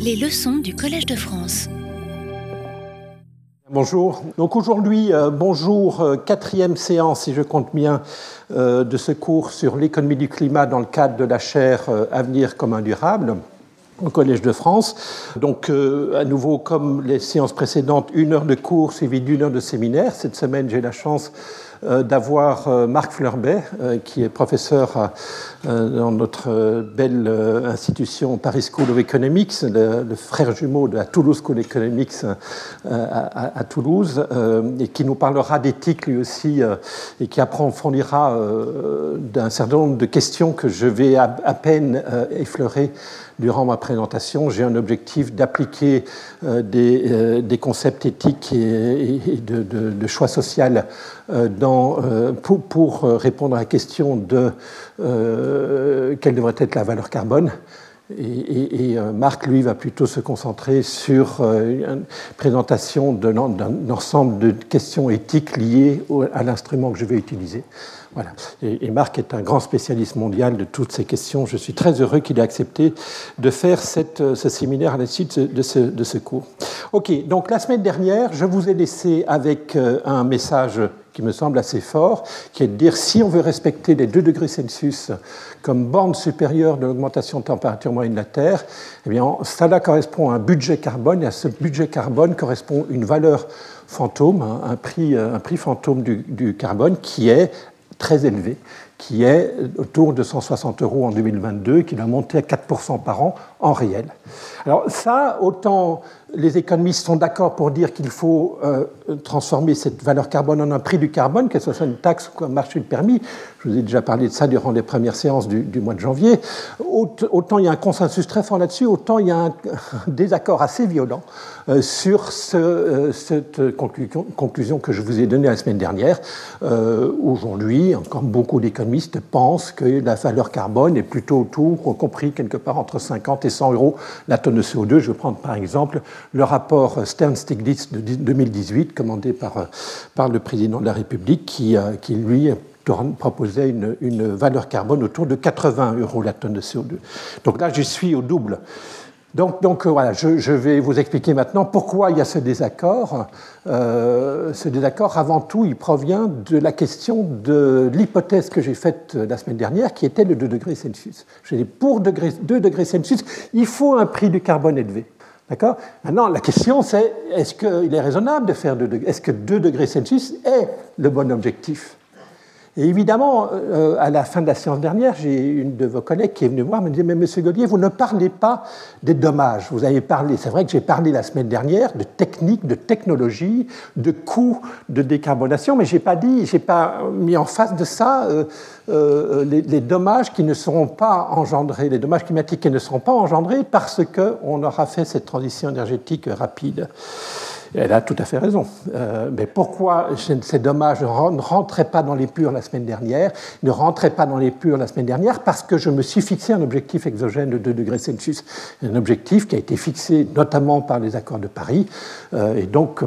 Les leçons du Collège de France. Bonjour. Donc aujourd'hui, quatrième séance, si je compte bien, de ce cours sur l'économie du climat dans le cadre de la chaire Avenir commun durable au Collège de France. Donc à nouveau, comme les séances précédentes, 1 heure de cours suivie d'1 heure de séminaire. Cette semaine, j'ai la chance d'avoir Marc Fleurbet, qui est professeur dans notre belle institution Paris School of Economics, le frère jumeau de la Toulouse School of Economics à Toulouse, et qui nous parlera d'éthique lui aussi, et qui approfondira d'un certain nombre de questions que je vais à peine effleurer durant ma présentation. J'ai un objectif d'appliquer des concepts éthiques et de choix social pour répondre à la question de quelle devrait être la valeur carbone. Et Marc, lui, va plutôt se concentrer sur une présentation d'un ensemble de questions éthiques liées à l'instrument que je vais utiliser. Voilà. Et Marc est un grand spécialiste mondial de toutes ces questions. Je suis très heureux qu'il ait accepté de faire ce séminaire à la suite de ce cours. OK, donc la semaine dernière, je vous ai laissé avec un message qui me semble assez fort, qui est de dire si on veut respecter les 2 degrés Celsius comme borne supérieure de l'augmentation de température moyenne de la Terre, eh bien, cela correspond à un budget carbone, et à ce budget carbone correspond une valeur fantôme, un prix fantôme du carbone qui est très élevé, qui est autour de 160 € en 2022, qui va monter à 4% par an en réel. Alors ça, autant les économistes sont d'accord pour dire qu'il faut transformer cette valeur carbone en un prix du carbone, que ce soit une taxe ou un marché du permis. Je vous ai déjà parlé de ça durant les premières séances du mois de janvier. Autant il y a un consensus très fort là-dessus, autant il y a un désaccord assez violent sur cette conclusion que je vous ai donnée la semaine dernière. Aujourd'hui, encore beaucoup d'économistes pensent que la valeur carbone est plutôt autour, compris quelque part entre 50 et 100 € la tonne de CO2. Je vais prendre par exemple le rapport Stern-Stiglitz de 2018, commandé par le président de la République, qui lui, proposait une valeur carbone autour de 80 € la tonne de CO2. Donc là, je suis au double. Donc voilà, je vais vous expliquer maintenant pourquoi il y a ce désaccord. Ce désaccord, avant tout, il provient de la question de l'hypothèse que j'ai faite la semaine dernière, qui était le 2 degrés Celsius. J'ai dit, pour 2 degrés Celsius, il faut un prix du carbone élevé. D'accord ? Maintenant, la question, c'est est-ce qu'il est raisonnable de faire 2 degrés ? Est-ce que 2 degrés Celsius est le bon objectif ? Et évidemment, à la fin de la séance dernière, j'ai une de vos collègues qui est venue me voir, me dit « Mais Monsieur Gaudier, vous ne parlez pas des dommages. Vous avez parlé, c'est vrai que j'ai parlé la semaine dernière de technique, de technologie, de coûts de décarbonation, mais j'ai pas mis en face de ça les dommages qui ne seront pas engendrés, les dommages climatiques qui ne seront pas engendrés parce qu'on aura fait cette transition énergétique rapide. » Elle a tout à fait raison. Mais pourquoi ces dommages ne rentraient pas dans les purs la semaine dernière ? Ne rentraient pas dans les purs la semaine dernière parce que je me suis fixé un objectif exogène de 2 degrés Celsius. Un objectif qui a été fixé notamment par les accords de Paris. Et donc,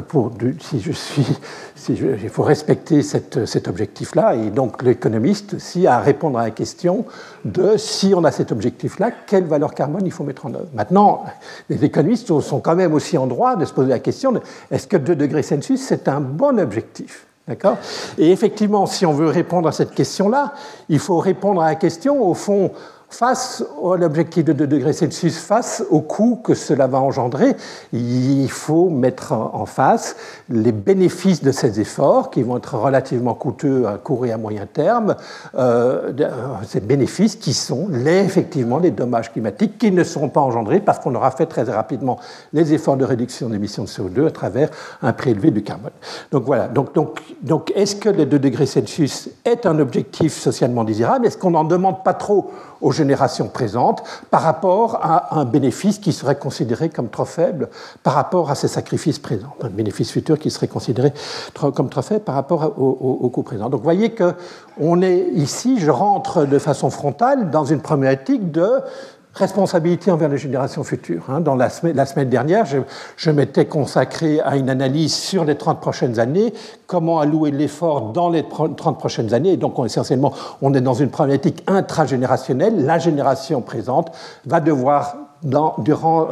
il faut respecter cet objectif-là. Et donc, l'économiste aussi a à répondre à la question de si on a cet objectif-là, quelle valeur carbone il faut mettre en œuvre. Maintenant, les économistes sont quand même aussi en droit de se poser la question de est-ce que 2 degrés Celsius, c'est un bon objectif ? D'accord ? Et effectivement, si on veut répondre à cette question-là, il faut répondre à la question, au fond, face à l'objectif de 2 degrés Celsius, face au coût que cela va engendrer, il faut mettre en face les bénéfices de ces efforts qui vont être relativement coûteux à court et à moyen terme, ces bénéfices qui sont effectivement les dommages climatiques qui ne seront pas engendrés parce qu'on aura fait très rapidement les efforts de réduction d'émissions de CO2 à travers un prix élevé du carbone. Donc voilà, donc est-ce que les 2 degrés Celsius est un objectif socialement désirable ? Est-ce qu'on n'en demande pas trop aux générations présentes par rapport à un bénéfice qui serait considéré comme trop faible par rapport à ces sacrifices présents, un bénéfice futur qui serait considéré comme trop faible par rapport au coût présent. Donc vous voyez qu'on est ici, je rentre de façon frontale dans une problématique de responsabilité envers les générations futures. Dans la semaine dernière, je m'étais consacré à une analyse sur les 30 prochaines années, comment allouer l'effort dans les 30 prochaines années. Et donc, essentiellement, on est dans une problématique intragénérationnelle. La génération présente va devoir durant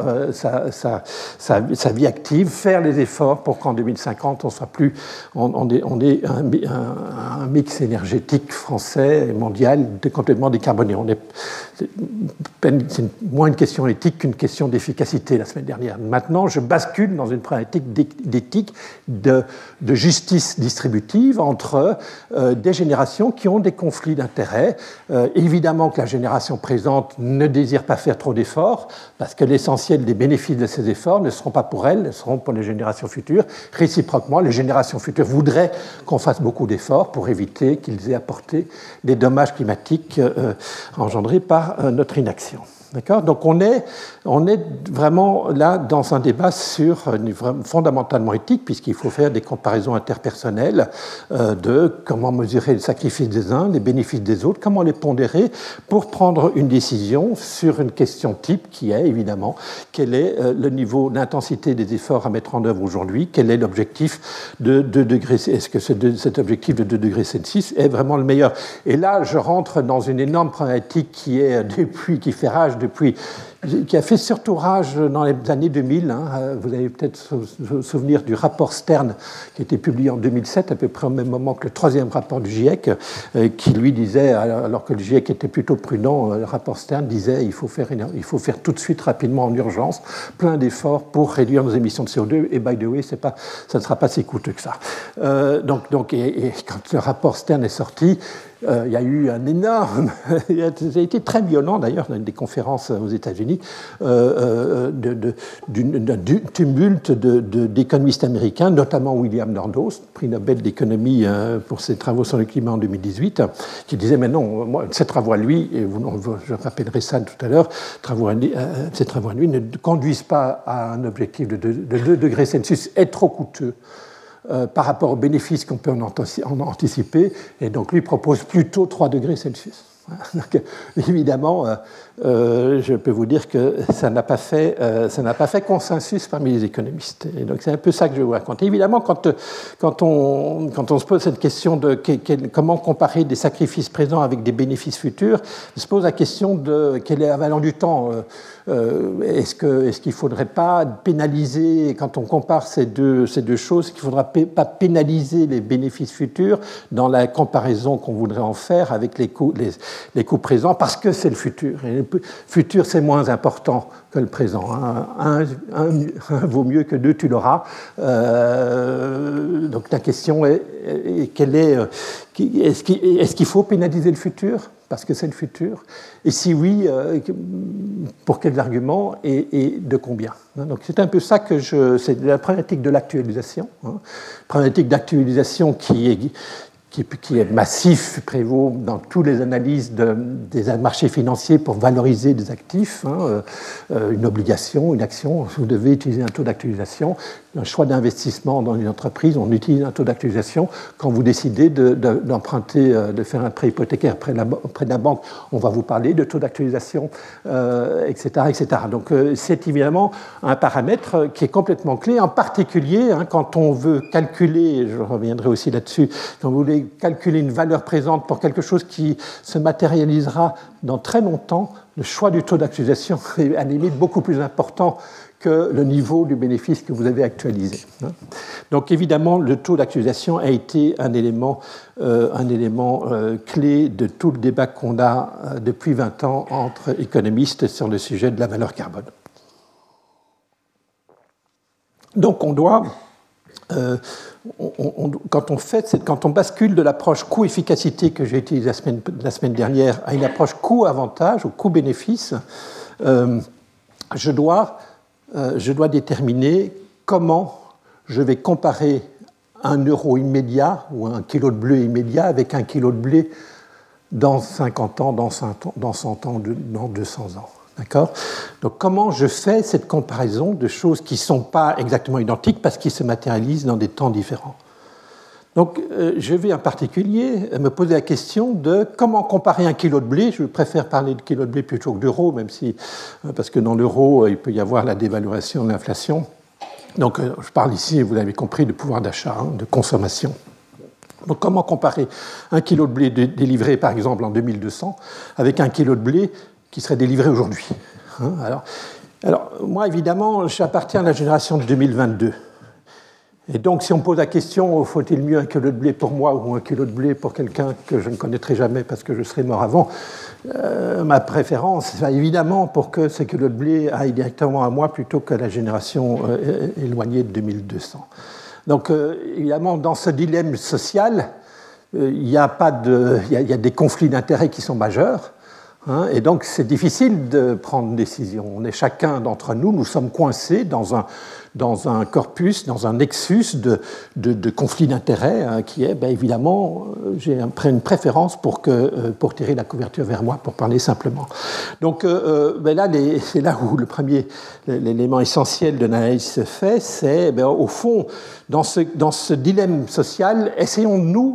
sa vie active, faire les efforts pour qu'en 2050, on soit plus, on ait un mix énergétique français et mondial complètement décarboné. C'est moins une question éthique qu'une question d'efficacité la semaine dernière. Maintenant, je bascule dans une problématique d'éthique, de justice distributive entre des générations qui ont des conflits d'intérêts. Évidemment que la génération présente ne désire pas faire trop d'efforts, parce que l'essentiel des bénéfices de ces efforts ne seront pas pour elles, ne seront pour les générations futures. Réciproquement, les générations futures voudraient qu'on fasse beaucoup d'efforts pour éviter qu'ils aient apporté les dommages climatiques engendrés par notre inaction. D'accord ? Donc on est vraiment là dans un débat fondamentalement éthique, puisqu'il faut faire des comparaisons interpersonnelles de comment mesurer le sacrifice des uns, les bénéfices des autres, comment les pondérer pour prendre une décision sur une question type qui est évidemment quel est le niveau d'intensité des efforts à mettre en œuvre aujourd'hui, quel est l'objectif de 2 degrés, est-ce que cet objectif de 2 degrés Celsius est vraiment le meilleur ? Et là, je rentre dans une énorme problématique qui fait rage qui a fait surtout rage dans les années 2000. Vous avez peut-être souvenir du rapport Stern qui a été publié en 2007, à peu près au même moment que le 3e rapport du GIEC, qui lui disait, alors que le GIEC était plutôt prudent, le rapport Stern disait il faut faire tout de suite, rapidement, en urgence, plein d'efforts pour réduire nos émissions de CO2. Et by the way, ça ne sera pas si coûteux que ça. Donc, quand le rapport Stern est sorti, il y a eu un énorme, ça a été très violent d'ailleurs dans une des conférences aux États-Unis, d'un tumulte d'économistes américains, notamment William Nordhaus, prix Nobel d'économie pour ses travaux sur le climat en 2018, qui disait mais non, ces travaux à lui, et je rappellerai ça tout à l'heure, ces travaux à lui ne conduisent pas à un objectif de 2 degrés Celsius, est trop coûteux par rapport aux bénéfices qu'on peut en anticiper, et donc lui propose plutôt 3 degrés Celsius. Donc, évidemment, je peux vous dire que ça n'a pas fait consensus parmi les économistes. Et donc c'est un peu ça que je vais vous raconter. Évidemment, quand on se pose cette question de comment comparer des sacrifices présents avec des bénéfices futurs, on se pose la question de quelle est la valeur du temps. Est-ce qu'il ne faudrait pas pénaliser, quand on compare ces deux choses, qu'il ne faudra pas pénaliser les bénéfices futurs dans la comparaison qu'on voudrait en faire avec les coûts présents, parce que c'est le futur. Et le futur, c'est moins important que le présent. Un vaut mieux que 2, tu l'auras. Donc la question est, est-ce qu'il faut pénaliser le futur parce que c'est le futur? Et si oui, pour quels arguments et de combien? Donc c'est un peu ça c'est la problématique de l'actualisation. Problématique d'actualisation qui est massif, prévaut dans toutes les analyses des marchés financiers pour valoriser des actifs, une obligation, une action, vous devez utiliser un taux d'actualisation. Un choix d'investissement dans une entreprise, on utilise un taux d'actualisation. Quand vous décidez d'emprunter, de faire un prêt hypothécaire auprès de la banque, on va vous parler de taux d'actualisation, etc., etc. Donc c'est évidemment un paramètre qui est complètement clé, en particulier quand on veut calculer, je reviendrai aussi là-dessus, quand vous voulez calculer une valeur présente pour quelque chose qui se matérialisera dans très longtemps, le choix du taux d'actualisation est à la limite beaucoup plus important que le niveau du bénéfice que vous avez actualisé. Donc évidemment, le taux d'actualisation a été un élément clé de tout le débat qu'on a depuis 20 ans entre économistes sur le sujet de la valeur carbone. Donc on doit, quand on bascule de l'approche coût-efficacité que j'ai utilisée la semaine dernière à une approche coût-avantage ou coût-bénéfice, je dois déterminer comment je vais comparer un euro immédiat ou un kilo de blé immédiat avec un kilo de blé dans 50 ans, dans 100 ans, dans 200 ans. D'accord ? Donc comment je fais cette comparaison de choses qui ne sont pas exactement identiques parce qu'ils se matérialisent dans des temps différents ? Donc, je vais en particulier me poser la question de comment comparer un kilo de blé. Je préfère parler de kilo de blé plutôt que d'euro, même si, parce que dans l'euro, il peut y avoir la dévaluation de l'inflation. Donc, je parle ici, vous l'avez compris, de pouvoir d'achat, de consommation. Donc, comment comparer un kilo de blé délivré, par exemple, en 2200, avec un kilo de blé qui serait délivré aujourd'hui ? Alors, Alors, moi, évidemment, j'appartiens à la génération de 2022. Et donc, si on me pose la question, faut-il mieux un kilo de blé pour moi ou un kilo de blé pour quelqu'un que je ne connaîtrai jamais parce que je serai mort avant, ma préférence, c'est évidemment pour que ce kilo de blé aille directement à moi plutôt qu'à la génération éloignée de 2200. Donc, évidemment, dans ce dilemme social, il y a des conflits d'intérêts qui sont majeurs. Et donc, c'est difficile de prendre une décision. On est chacun d'entre nous, nous sommes coincés dans un corpus, dans un nexus de conflits d'intérêts qui est, évidemment, j'ai une préférence pour tirer la couverture vers moi, pour parler simplement. Donc, là, c'est là où l'élément essentiel de l'analyse se fait, c'est, au fond, dans ce dilemme social, essayons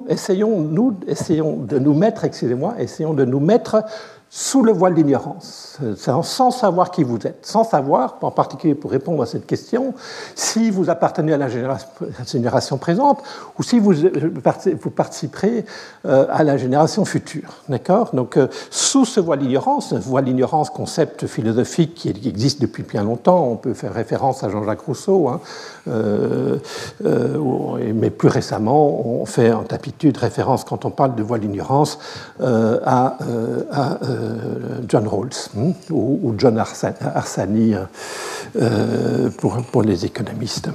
de nous mettre sous le voile d'ignorance, sans savoir qui vous êtes, sans savoir, en particulier pour répondre à cette question, si vous appartenez à la génération présente ou si vous participerez à la génération future. D'accord ? Donc, sous ce voile d'ignorance, concept philosophique qui existe depuis bien longtemps, on peut faire référence à Jean-Jacques Rousseau, mais plus récemment, on fait en tapitude référence, quand on parle de voile d'ignorance, à John Rawls ou John Harsanyi pour les économistes.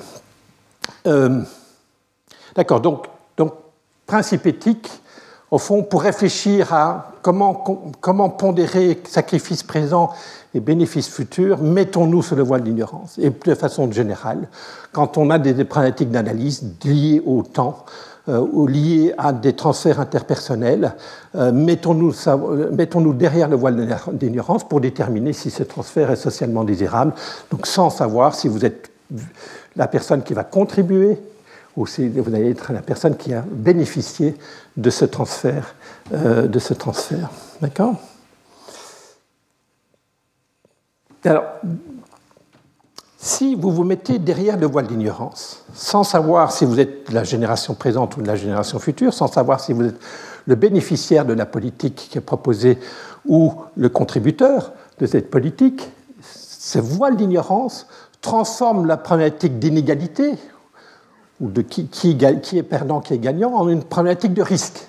D'accord, donc principe éthique, au fond, pour réfléchir à comment pondérer sacrifice présent et bénéfices futurs, mettons-nous sous le voile d'ignorance. Et de façon générale, quand on a des problématiques d'analyse liées au temps, ou liées à des transferts interpersonnels, mettons-nous derrière le voile d'ignorance pour déterminer si ce transfert est socialement désirable, donc sans savoir si vous êtes la personne qui va contribuer ou si vous allez être la personne qui a bénéficié de ce transfert. D'accord ? Alors, si vous vous mettez derrière le voile d'ignorance, sans savoir si vous êtes de la génération présente ou de la génération future, sans savoir si vous êtes le bénéficiaire de la politique qui est proposée ou le contributeur de cette politique, ce voile d'ignorance transforme la problématique d'inégalité, ou de qui est perdant, qui est gagnant, en une problématique de risque.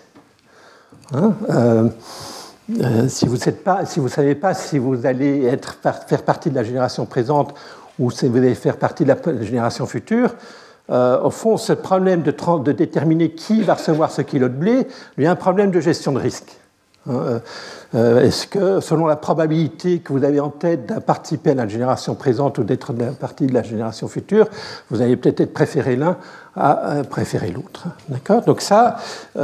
Si vous ne savez pas si vous allez faire partie de la génération présente ou si vous allez faire partie de la génération future, au fond, ce problème de déterminer qui va recevoir ce kilo de blé, il y a un problème de gestion de risque. Est-ce que, selon la probabilité que vous avez en tête de participer à la génération présente ou d'être partie de la génération future, vous allez peut-être préférer l'un à préférer l'autre. D'accord ? Donc ça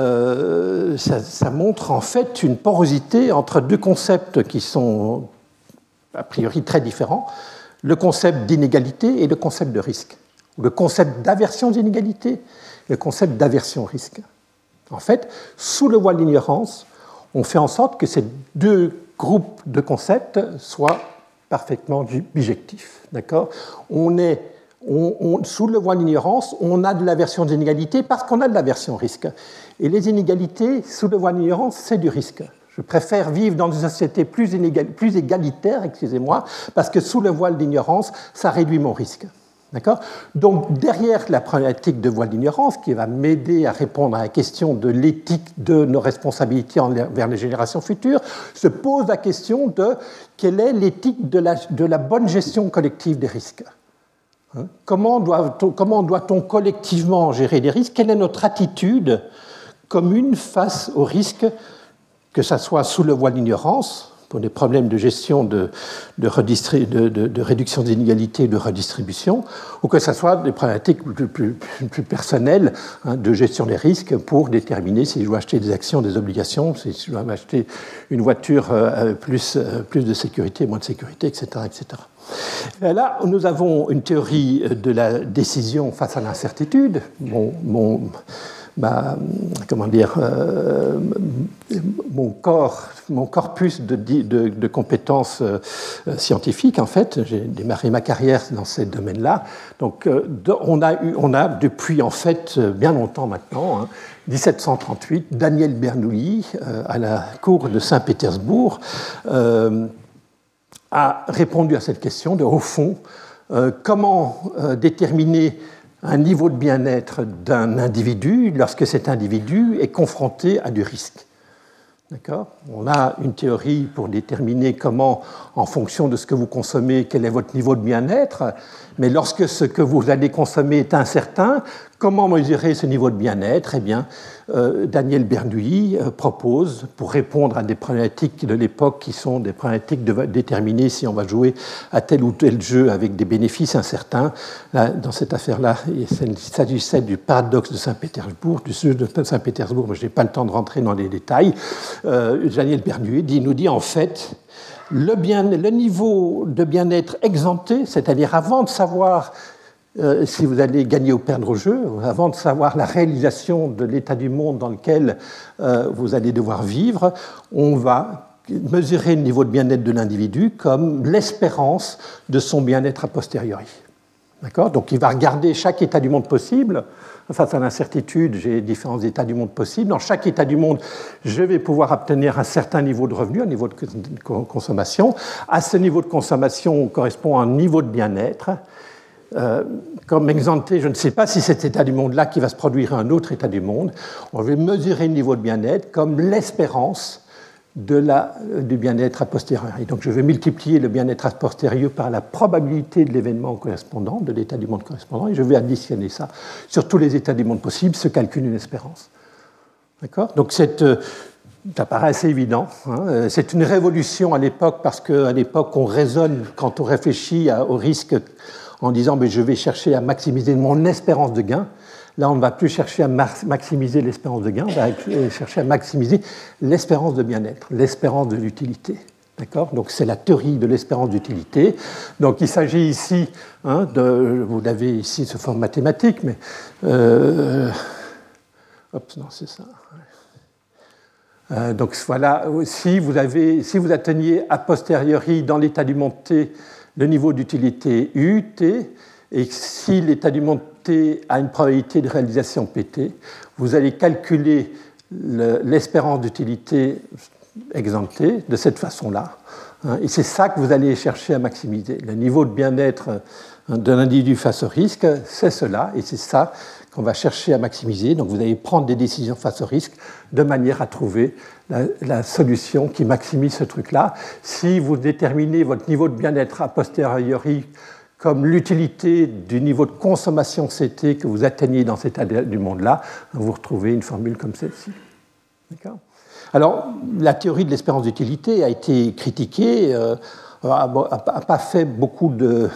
montre en fait une porosité entre deux concepts qui sont a priori très différents, le concept d'inégalité et le concept de risque, ou le concept d'aversion d'inégalité et le concept d'aversion au risque. En fait, sous le voile d'ignorance, on fait en sorte que ces deux groupes de concepts soient parfaitement bijectifs. D'accord ? Sous le voile d'ignorance, on a de l'aversion d'inégalité parce qu'on a de l'aversion au risque. Et les inégalités, sous le voile d'ignorance, c'est du risque. Je préfère vivre dans une société plus égalitaire, parce que sous le voile d'ignorance, ça réduit mon risque. D'accord ? Donc, derrière la problématique de voile d'ignorance, qui va m'aider à répondre à la question de l'éthique de nos responsabilités envers les générations futures, se pose la question de quelle est l'éthique de la bonne gestion collective des risques. Comment doit-on collectivement gérer les risques ? Quelle est notre attitude commune face aux risques, que ce soit sous le voile d'ignorance, pour des problèmes de gestion de réduction des inégalités et de redistribution, ou que ce soit des problématiques plus personnelles de gestion des risques pour déterminer si je dois acheter des actions, des obligations, si je dois m'acheter une voiture plus de sécurité, moins de sécurité, etc. etc. Et là, nous avons une théorie de la décision face à l'incertitude. Mon corpus de compétences scientifiques, en fait, j'ai démarré ma carrière dans ces domaines-là. Donc, on a depuis, en fait, bien longtemps maintenant, 1738, Daniel Bernoulli, à la cour de Saint-Pétersbourg, a répondu à cette question de, au fond, comment déterminer un niveau de bien-être d'un individu lorsque cet individu est confronté à du risque. D'accord ? On a une théorie pour déterminer comment, en fonction de ce que vous consommez, quel est votre niveau de bien-être, mais lorsque ce que vous allez consommer est incertain, comment mesurer ce niveau de bien-être ? Eh bien, Daniel Bernoulli propose, pour répondre à des problématiques de l'époque qui sont des problématiques de déterminer si on va jouer à tel ou tel jeu avec des bénéfices incertains. Là, dans cette affaire-là, il s'agissait du paradoxe de Saint-Pétersbourg, du sujet de Saint-Pétersbourg, mais je n'ai pas le temps de rentrer dans les détails. Daniel Bernoulli nous dit en fait le niveau de bien-être exempté, c'est-à-dire avant de savoir si vous allez gagner ou perdre au jeu, avant de savoir la réalisation de l'état du monde dans lequel vous allez devoir vivre, on va mesurer le niveau de bien-être de l'individu comme l'espérance de son bien-être a posteriori. D'accord ? Donc il va regarder chaque état du monde possible. Face à l'incertitude, j'ai différents états du monde possibles. Dans chaque état du monde, je vais pouvoir obtenir un certain niveau de revenu, un niveau de consommation. À ce niveau de consommation correspond un niveau de bien-être. Comme exempté, je ne sais pas si cet état du monde-là qui va se produire à un autre état du monde. On va mesurer le niveau de bien-être comme l'espérance du bien-être a posteriori. Donc je vais multiplier le bien-être a posteriori par la probabilité de l'événement correspondant, de l'état du monde correspondant, et je vais additionner ça sur tous les états du monde possibles, se calcule une espérance. D'accord ? Donc ça paraît assez évident. Hein. C'est une révolution à l'époque, parce qu'à l'époque on raisonne, quand on réfléchit au risque, en disant je vais chercher à maximiser mon espérance de gain. Là, on ne va plus chercher à maximiser l'espérance de gain, on va chercher à maximiser l'espérance de bien-être, l'espérance de l'utilité. D'accord ? Donc, c'est la théorie de l'espérance d'utilité. Donc, il s'agit ici, vous l'avez ici sous forme mathématique, mais... non, c'est ça. Donc, voilà, si vous atteignez a posteriori dans l'état du monde T le niveau d'utilité U, T, et si l'état du monde T a une probabilité de réalisation PT, vous allez calculer l'espérance d'utilité exemptée de cette façon-là. Et c'est ça que vous allez chercher à maximiser. Le niveau de bien-être d'un individu face au risque, c'est cela, et c'est ça qu'on va chercher à maximiser. Donc vous allez prendre des décisions face au risque de manière à trouver la solution qui maximise ce truc-là. Si vous déterminez votre niveau de bien-être a posteriori comme l'utilité du niveau de consommation CT que vous atteignez dans cet état du monde-là, vous retrouvez une formule comme celle-ci. D'accord ? Alors, la théorie de l'espérance d'utilité a été critiquée, n'a pas fait beaucoup de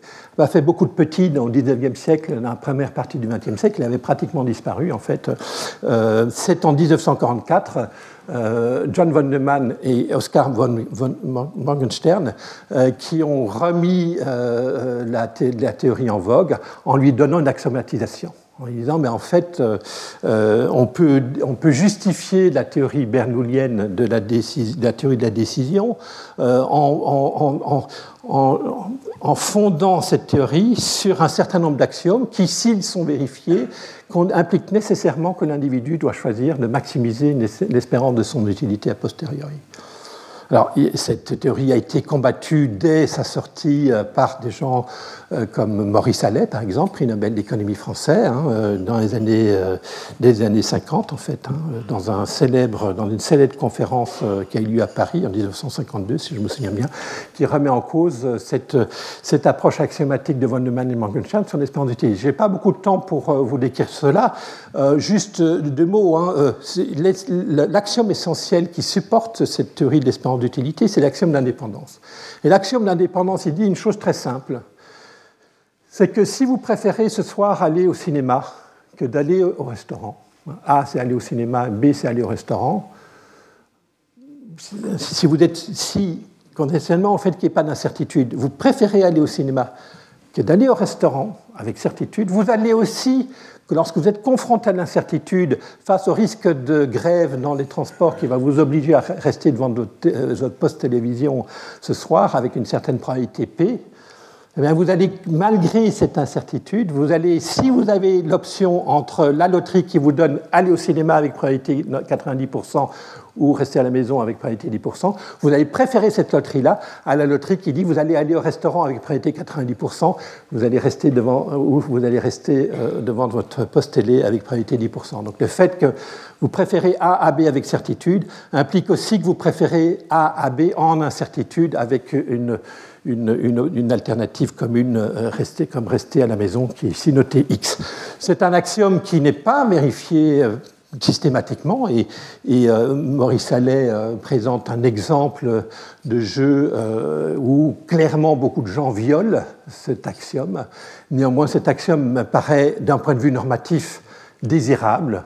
petits au XIXe siècle, dans la première partie du XXe siècle, elle avait pratiquement disparu en fait. C'est en 1944, John von Neumann et Oskar von Morgenstern qui ont remis la théorie en vogue en lui donnant une axiomatisation. En disant, mais en fait, on peut justifier la théorie bernoullienne de la théorie de la décision en fondant cette théorie sur un certain nombre d'axiomes qui, s'ils sont vérifiés, impliquent nécessairement que l'individu doit choisir de maximiser l'espérance de son utilité a posteriori. Alors, cette théorie a été combattue dès sa sortie par des gens comme Maurice Allais, par exemple, prix Nobel d'économie français, dans les années 50, en fait, dans une célèbre conférence qui a eu lieu à Paris en 1952, si je me souviens bien, qui remet en cause cette approche axiomatique de von Neumann et Morgenstern sur l'espérance d'utilité. Je n'ai pas beaucoup de temps pour vous décrire cela. Juste deux mots. L'axiome essentiel qui supporte cette théorie de l'espérance d'utilité, c'est l'axiome d'indépendance. Et l'axiome d'indépendance, il dit une chose très simple. C'est que si vous préférez ce soir aller au cinéma que d'aller au restaurant, A, c'est aller au cinéma, B, c'est aller au restaurant, si conditionnellement, en fait, qu'il n'y ait pas d'incertitude, vous préférez aller au cinéma que d'aller au restaurant avec certitude, vous allez aussi, que lorsque vous êtes confronté à l'incertitude face au risque de grève dans les transports qui va vous obliger à rester devant votre poste télévision ce soir avec une certaine probabilité P, Eh bien, vous allez, malgré cette incertitude, si vous avez l'option entre la loterie qui vous donne aller au cinéma avec probabilité 90% ou rester à la maison avec probabilité 10%, vous allez préférer cette loterie-là à la loterie qui dit vous allez aller au restaurant avec probabilité 90%, vous allez rester devant votre poste télé avec probabilité 10%. Donc le fait que vous préférez A à B avec certitude implique aussi que vous préférez A à B en incertitude avec une alternative commune, rester à la maison, qui est ici notée X. C'est un axiome qui n'est pas vérifié systématiquement, et Maurice Allais présente un exemple de jeu où clairement beaucoup de gens violent cet axiome. Néanmoins, cet axiome me paraît, d'un point de vue normatif, désirable.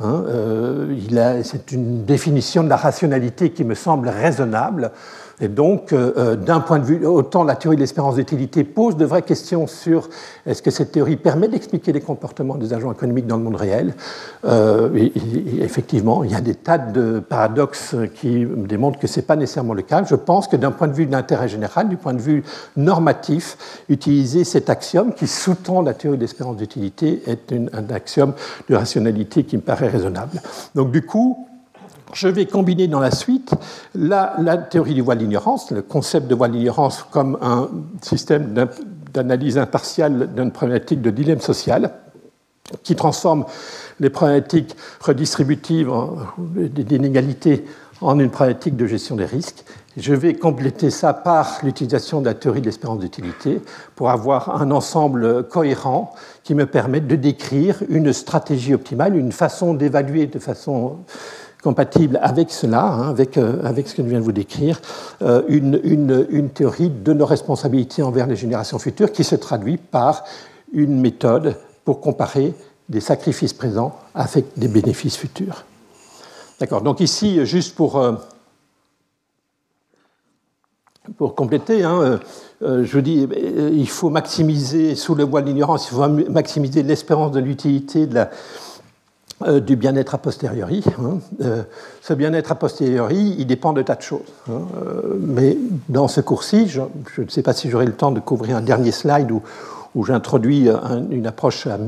C'est une définition de la rationalité qui me semble raisonnable. Et donc, d'un point de vue, autant la théorie de l'espérance d'utilité pose de vraies questions sur est-ce que cette théorie permet d'expliquer les comportements des agents économiques dans le monde réel. Et effectivement, il y a des tas de paradoxes qui démontrent que ce n'est pas nécessairement le cas. Je pense que d'un point de vue de l'intérêt général, du point de vue normatif, utiliser cet axiome qui sous-tend la théorie de l'espérance d'utilité est un axiome de rationalité qui me paraît raisonnable. Donc du coup, je vais combiner dans la suite la théorie du voile d'ignorance, le concept de voile d'ignorance comme un système d'analyse impartiale d'une problématique de dilemme social qui transforme les problématiques redistributives d'inégalités en une problématique de gestion des risques. Je vais compléter ça par l'utilisation de la théorie de l'espérance d'utilité pour avoir un ensemble cohérent qui me permette de décrire une stratégie optimale, une façon d'évaluer de façon compatible avec cela, avec ce que je viens de vous décrire, une théorie de nos responsabilités envers les générations futures qui se traduit par une méthode pour comparer des sacrifices présents avec des bénéfices futurs. D'accord, donc ici, juste pour compléter, je vous dis, il faut maximiser, sous le voile de l'ignorance, il faut maximiser l'espérance de l'utilité du bien-être a posteriori. Ce bien-être a posteriori, il dépend de tas de choses. Mais dans ce cours-ci, je ne sais pas si j'aurai le temps de couvrir un dernier slide où j'introduis une approche à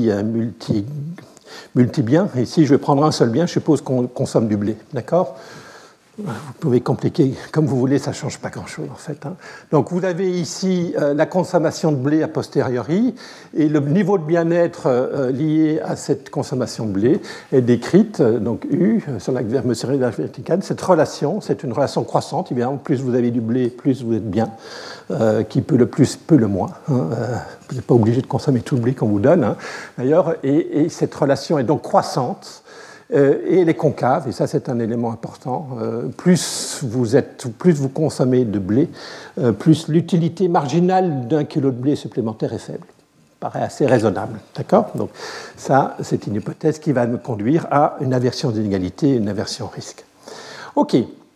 multi-biens. Ici, je vais prendre un seul bien, je suppose qu'on consomme du blé. D'accord ? Vous pouvez compliquer comme vous voulez, ça ne change pas grand-chose en fait. Donc vous avez ici la consommation de blé a posteriori et le niveau de bien-être lié à cette consommation de blé est décrite, donc U, sur l'axe vertical. Cette relation, c'est une relation croissante. Évidemment, plus vous avez du blé, plus vous êtes bien. Qui peut le plus, peut le moins. Vous n'êtes pas obligé de consommer tout le blé qu'on vous donne, d'ailleurs. Et cette relation est donc croissante. Et elle est concave, et ça c'est un élément important. Plus vous consommez de blé, plus l'utilité marginale d'un kilo de blé supplémentaire est faible. Ça paraît assez raisonnable, d'accord ? Donc ça, c'est une hypothèse qui va me conduire à une aversion des inégalités et une aversion au risque. Ok.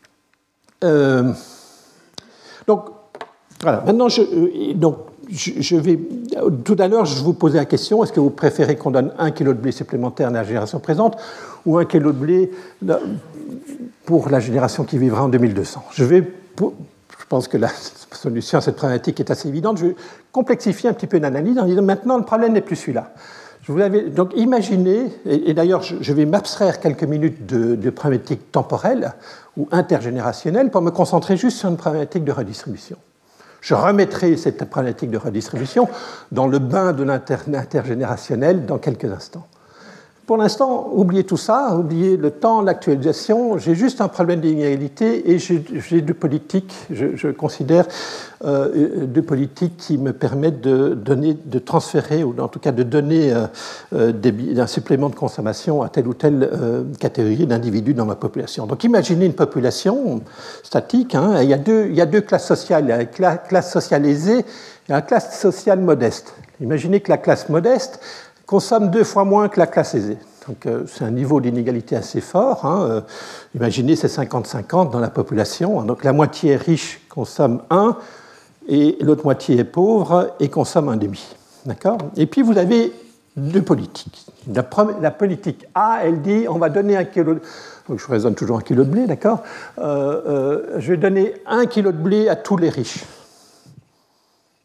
Donc voilà. Maintenant, je vais. Tout à l'heure, je vous posais la question, est-ce que vous préférez qu'on donne 1 kg de blé supplémentaire à la génération présente ou 1 kg de blé pour la génération qui vivra en 2200 ? Je pense que la solution à cette problématique est assez évidente. Je vais complexifier un petit peu l'analyse en disant maintenant, le problème n'est plus celui-là. Donc imaginez, et d'ailleurs je vais m'abstraire quelques minutes de problématique temporelle ou intergénérationnelle pour me concentrer juste sur une problématique de redistribution. Je remettrai cette problématique de redistribution dans le bain de l'intergénérationnel dans quelques instants. Pour l'instant, oubliez tout ça, oubliez le temps, l'actualisation. J'ai juste un problème d'inégalité et j'ai deux politiques, je considère deux politiques qui me permettent de transférer, ou en tout cas de donner un supplément de consommation à telle ou telle catégorie d'individus dans ma population. Donc imaginez une population statique, il y a deux classes sociales, il y a la classe sociale aisée et la classe sociale modeste. Imaginez que la classe modeste consomme 2 fois moins que la classe aisée. Donc c'est un niveau d'inégalité assez fort. Imaginez c'est 50-50 dans la population. Donc la moitié est riche, consomme 1, et l'autre moitié est pauvre et consomme 1,5. D'accord ? Et puis vous avez deux politiques. La politique A, elle dit on va donner 1 kilo. Donc je raisonne toujours 1 kilo de blé, d'accord ? Je vais donner 1 kilo de blé à tous les riches.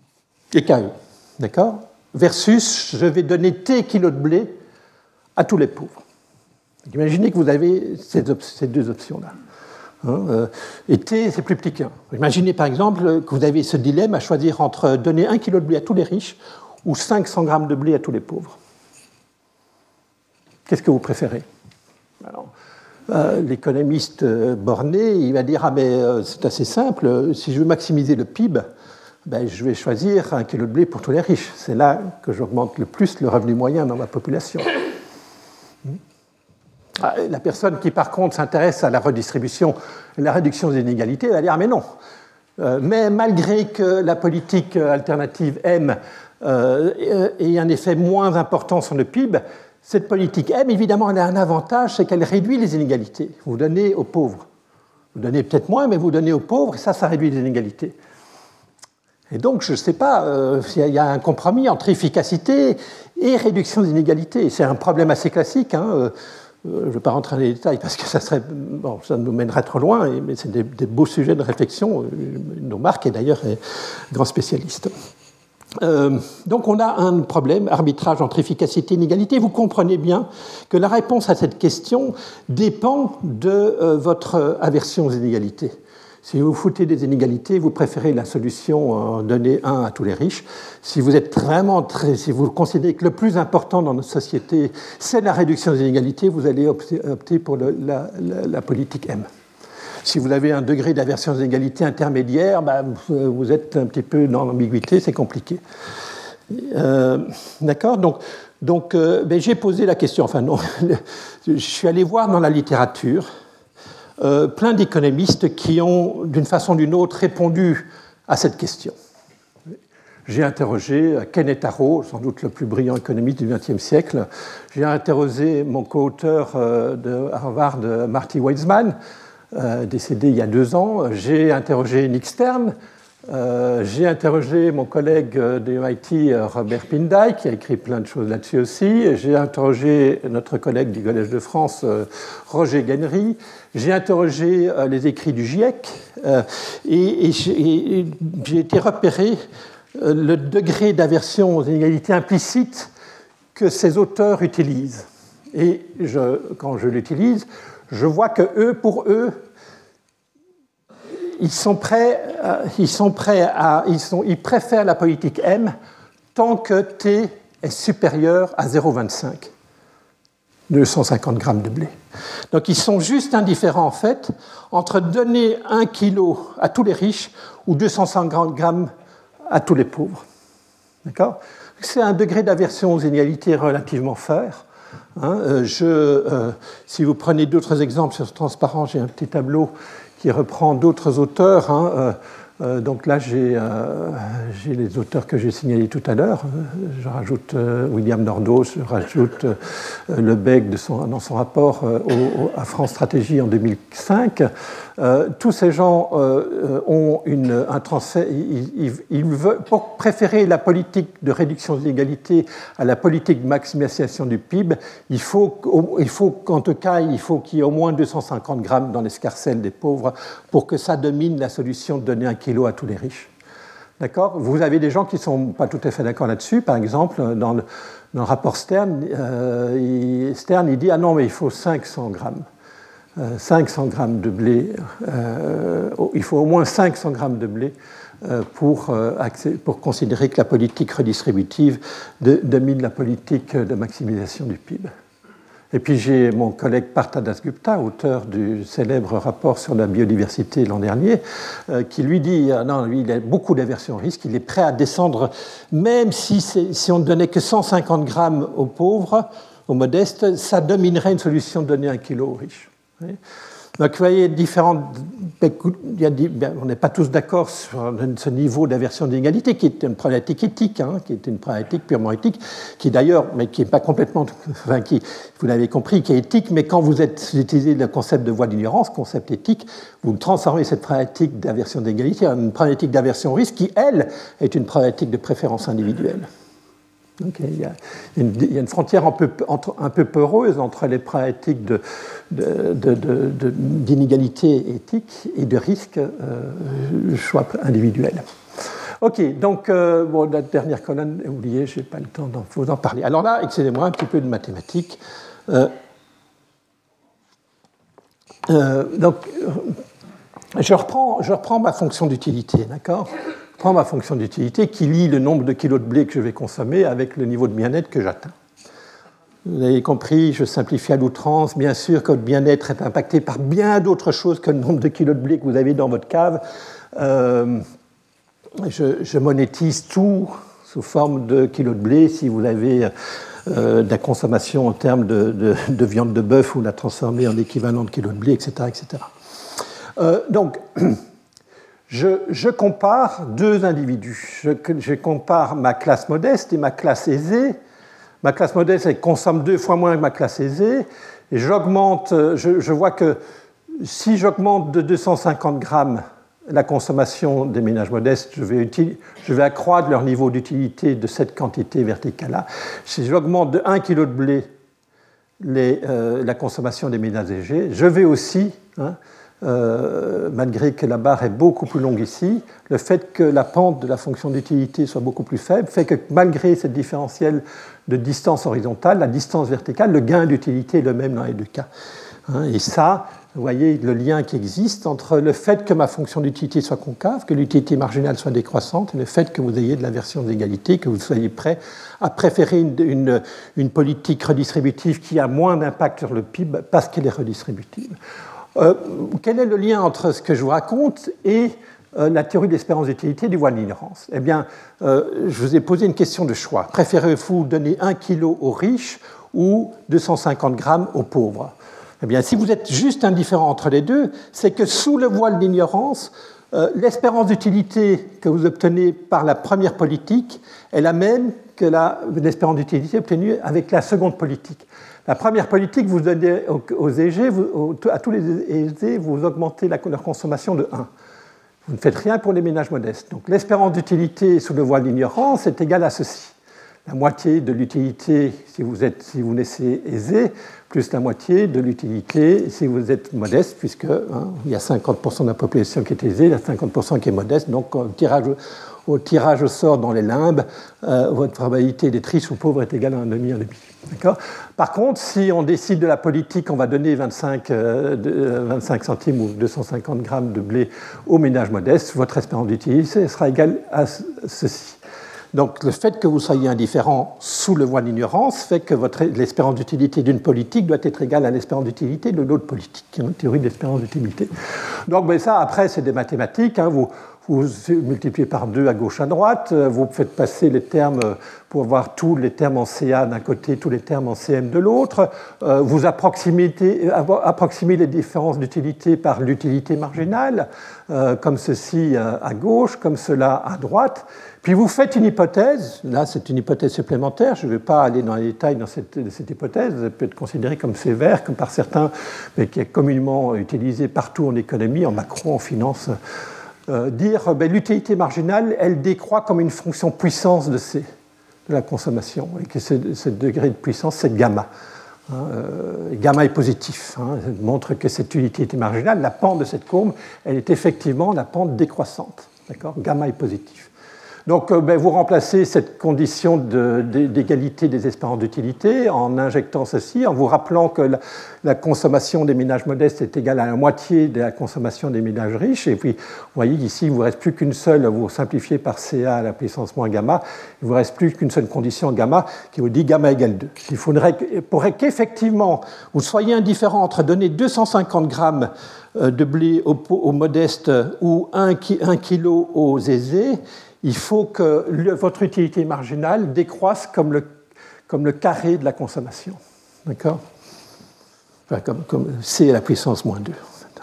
et KE, d'accord, versus je vais donner T kilos de blé à tous les pauvres. Imaginez que vous avez ces deux options-là. Et T, c'est plus petit qu'un. Imaginez par exemple que vous avez ce dilemme à choisir entre donner 1 kilo de blé à tous les riches ou 500 grammes de blé à tous les pauvres. Qu'est-ce que vous préférez? Alors, l'économiste borné, il va dire « Ah, mais c'est assez simple, si je veux maximiser le PIB, ben, je vais choisir 1 kilo de blé pour tous les riches. C'est là que j'augmente le plus le revenu moyen dans ma population. » La personne qui, par contre, s'intéresse à la redistribution et la réduction des inégalités va dire « Ah, mais non. Mais malgré que la politique alternative M ait un effet moins important sur le PIB, cette politique M, évidemment, elle a un avantage, c'est qu'elle réduit les inégalités. Vous donnez aux pauvres. Vous donnez peut-être moins, mais vous donnez aux pauvres, et ça réduit les inégalités. » Et donc, je ne sais pas, il y a un compromis entre efficacité et réduction des inégalités. C'est un problème assez classique, hein. Je ne vais pas rentrer dans les détails parce que ça nous mènerait trop loin, mais c'est des beaux sujets de réflexion. Nos Marc est d'ailleurs grand spécialiste. Donc on a un problème, arbitrage entre efficacité et inégalité. Vous comprenez bien que la réponse à cette question dépend de votre aversion aux inégalités. Si vous vous foutez des inégalités, vous préférez la solution donner 1 à tous les riches. Si vous êtes vraiment si vous considérez que le plus important dans notre société, c'est la réduction des inégalités, vous allez opter pour la politique M. Si vous avez un degré d'aversion aux inégalités intermédiaire, vous êtes un petit peu dans l'ambiguïté, c'est compliqué. D'accord ? Donc j'ai posé la question, enfin non, je suis allé voir dans la littérature plein d'économistes qui ont, d'une façon ou d'une autre, répondu à cette question. J'ai interrogé Kenneth Arrow, sans doute le plus brillant économiste du XXe siècle. J'ai interrogé mon co-auteur de Harvard, Marty Weitzman, décédé il y a 2 ans. J'ai interrogé Nick Stern. J'ai interrogé mon collègue de MIT, Robert Pindai, qui a écrit plein de choses là-dessus aussi. J'ai interrogé notre collègue du Collège de France, Roger Guenry. J'ai interrogé les écrits du GIEC et j'ai été repérer le degré d'aversion aux inégalités implicites que ces auteurs utilisent. Et quand je l'utilise, je vois que pour eux, ils préfèrent la politique M tant que T est supérieur à 0,25, 250 grammes de blé. Donc ils sont juste indifférents en fait entre donner 1 kilo à tous les riches ou 250 grammes à tous les pauvres. D'accord ? C'est un degré d'aversion aux inégalités relativement faible. Si vous prenez d'autres exemples sur ce transparent, j'ai un petit tableau qui reprend d'autres auteurs. Donc là, j'ai les auteurs que j'ai signalés tout à l'heure. Je rajoute William Nordhaus, je rajoute Lebesgue dans son rapport à France Stratégie en 2005. Tous ces gens ont un transfert. Ils veulent, pour préférer la politique de réduction des inégalités à la politique de maximisation du PIB, il faut qu'en tout cas, il faut qu'il y ait au moins 250 grammes dans l'escarcelle des pauvres pour que ça domine la solution de donner 1 kilo à tous les riches. D'accord ? Vous avez des gens qui ne sont pas tout à fait d'accord là-dessus. Par exemple, dans le rapport Stern, il dit « Ah non, mais il faut 500 grammes. 500 grammes de blé, il faut au moins 500 grammes de blé pour considérer que la politique redistributive domine la politique de maximisation du PIB. » Et puis j'ai mon collègue Partha Dasgupta, auteur du célèbre rapport sur la biodiversité l'an dernier, qui lui dit non, lui il a beaucoup d'aversion au risque, il est prêt à descendre, même si on ne donnait que 150 grammes aux pauvres, aux modestes, ça dominerait une solution de donner 1 kilo aux riches. Donc vous voyez, on n'est pas tous d'accord sur ce niveau d'aversion d'inégalité, qui est une problématique éthique, qui est une problématique purement éthique, qui d'ailleurs, mais qui n'est pas complètement, qui, vous l'avez compris, qui est éthique, mais quand vous utilisez le concept de voie d'ignorance, concept éthique, vous transformez cette problématique d'aversion d'inégalité en une problématique d'aversion au risque, qui, elle, est une problématique de préférence individuelle. Donc, il y a une frontière un peu poreuse entre les problématiques d'inégalité éthique et de risque choix individuel. Ok, donc la dernière colonne, oubliée, je n'ai pas le temps de vous en parler. Alors là, excusez-moi, un petit peu de mathématiques. Donc, je reprends ma fonction d'utilité, d'accord ? Je prends ma fonction d'utilité qui lie le nombre de kilos de blé que je vais consommer avec le niveau de bien-être que j'atteins. Vous avez compris, je simplifie à l'outrance. Bien sûr que votre bien-être est impacté par bien d'autres choses que le nombre de kilos de blé que vous avez dans votre cave. Je monétise tout sous forme de kilos de blé. Si vous avez de la consommation en termes de viande de bœuf, vous la transformez en équivalent de kilos de blé, etc. etc. Donc, je compare deux individus. Je compare ma classe modeste et ma classe aisée. Ma classe modeste, elle consomme 2 fois moins que ma classe aisée. Et j'augmente, je vois que si j'augmente de 250 grammes la consommation des ménages modestes, je vais accroître leur niveau d'utilité de cette quantité verticale-là. Si j'augmente de 1 kg de blé la consommation des ménages âgés, je vais aussi, malgré que la barre est beaucoup plus longue ici, le fait que la pente de la fonction d'utilité soit beaucoup plus faible fait que malgré cette différentielle de distance horizontale, la distance verticale, le gain d'utilité est le même dans les deux cas. Et ça, vous voyez le lien qui existe entre le fait que ma fonction d'utilité soit concave, que l'utilité marginale soit décroissante, et le fait que vous ayez de l'inversion d'égalité, que vous soyez prêt à préférer une politique redistributive qui a moins d'impact sur le PIB parce qu'elle est redistributive. Quel est le lien entre ce que je vous raconte et la théorie de l'espérance d'utilité du voile d'ignorance ? Eh bien, je vous ai posé une question de choix. Préférez-vous donner 1 kg aux riches ou 250 grammes aux pauvres ? Eh bien, si vous êtes juste indifférent entre les deux, c'est que sous le voile d'ignorance, l'espérance d'utilité que vous obtenez par la première politique est la même que l'espérance d'utilité obtenue avec la seconde politique. La première politique, vous donnez aux aisés, à tous les aisés, vous augmentez leur consommation de 1. Vous ne faites rien pour les ménages modestes. Donc l'espérance d'utilité sous le voile d'ignorance est égale à ceci. La moitié de l'utilité si vous naissez aisé, plus la moitié de l'utilité si vous êtes modeste, puisque il y a 50% de la population qui est aisée, il y a 50% qui est modeste. Donc au tirage au sort dans les limbes, votre probabilité d'être riche ou pauvre est égale à 1,5. D'accord ? Par contre, si on décide de la politique, on va donner 25 centimes ou 250 grammes de blé aux ménages modestes, votre espérance d'utilité sera égale à ceci. Donc le fait que vous soyez indifférent sous le voile d'ignorance fait que l'espérance d'utilité d'une politique doit être égale à l'espérance d'utilité de l'autre politique, une théorie de l'espérance d'utilité. Donc mais ça, après, c'est des mathématiques. Vous multipliez par 2 à gauche, à droite, vous faites passer les termes pour avoir tous les termes en CA d'un côté, tous les termes en CM de l'autre, vous approximez les différences d'utilité par l'utilité marginale, comme ceci à gauche, comme cela à droite, puis vous faites une hypothèse, là c'est une hypothèse supplémentaire, je ne vais pas aller dans les détails dans cette hypothèse, elle peut être considérée comme sévère, comme par certains, mais qui est communément utilisée partout en économie, en macro, en finance, dire l'utilité marginale, elle décroît comme une fonction puissance de la consommation, et que ce degré de puissance, c'est gamma. Gamma est positif. Ça montre que cette utilité marginale, la pente de cette courbe, elle est effectivement la pente décroissante. D'accord ? Gamma est positif. Donc, vous remplacez cette condition d'égalité des espérances d'utilité en injectant ceci, en vous rappelant que la consommation des ménages modestes est égale à la moitié de la consommation des ménages riches. Et puis, vous voyez ici, il ne vous reste plus qu'une seule, vous simplifiez par CA à la puissance moins gamma, il ne vous reste plus qu'une seule condition gamma qui vous dit gamma égale 2. Il faudrait qu'effectivement, vous soyez indifférent entre donner 250 grammes de blé aux modestes ou 1 kilo aux aisés. Il faut que votre utilité marginale décroisse comme le carré de la consommation. D'accord ? Enfin, comme C à la puissance moins 2.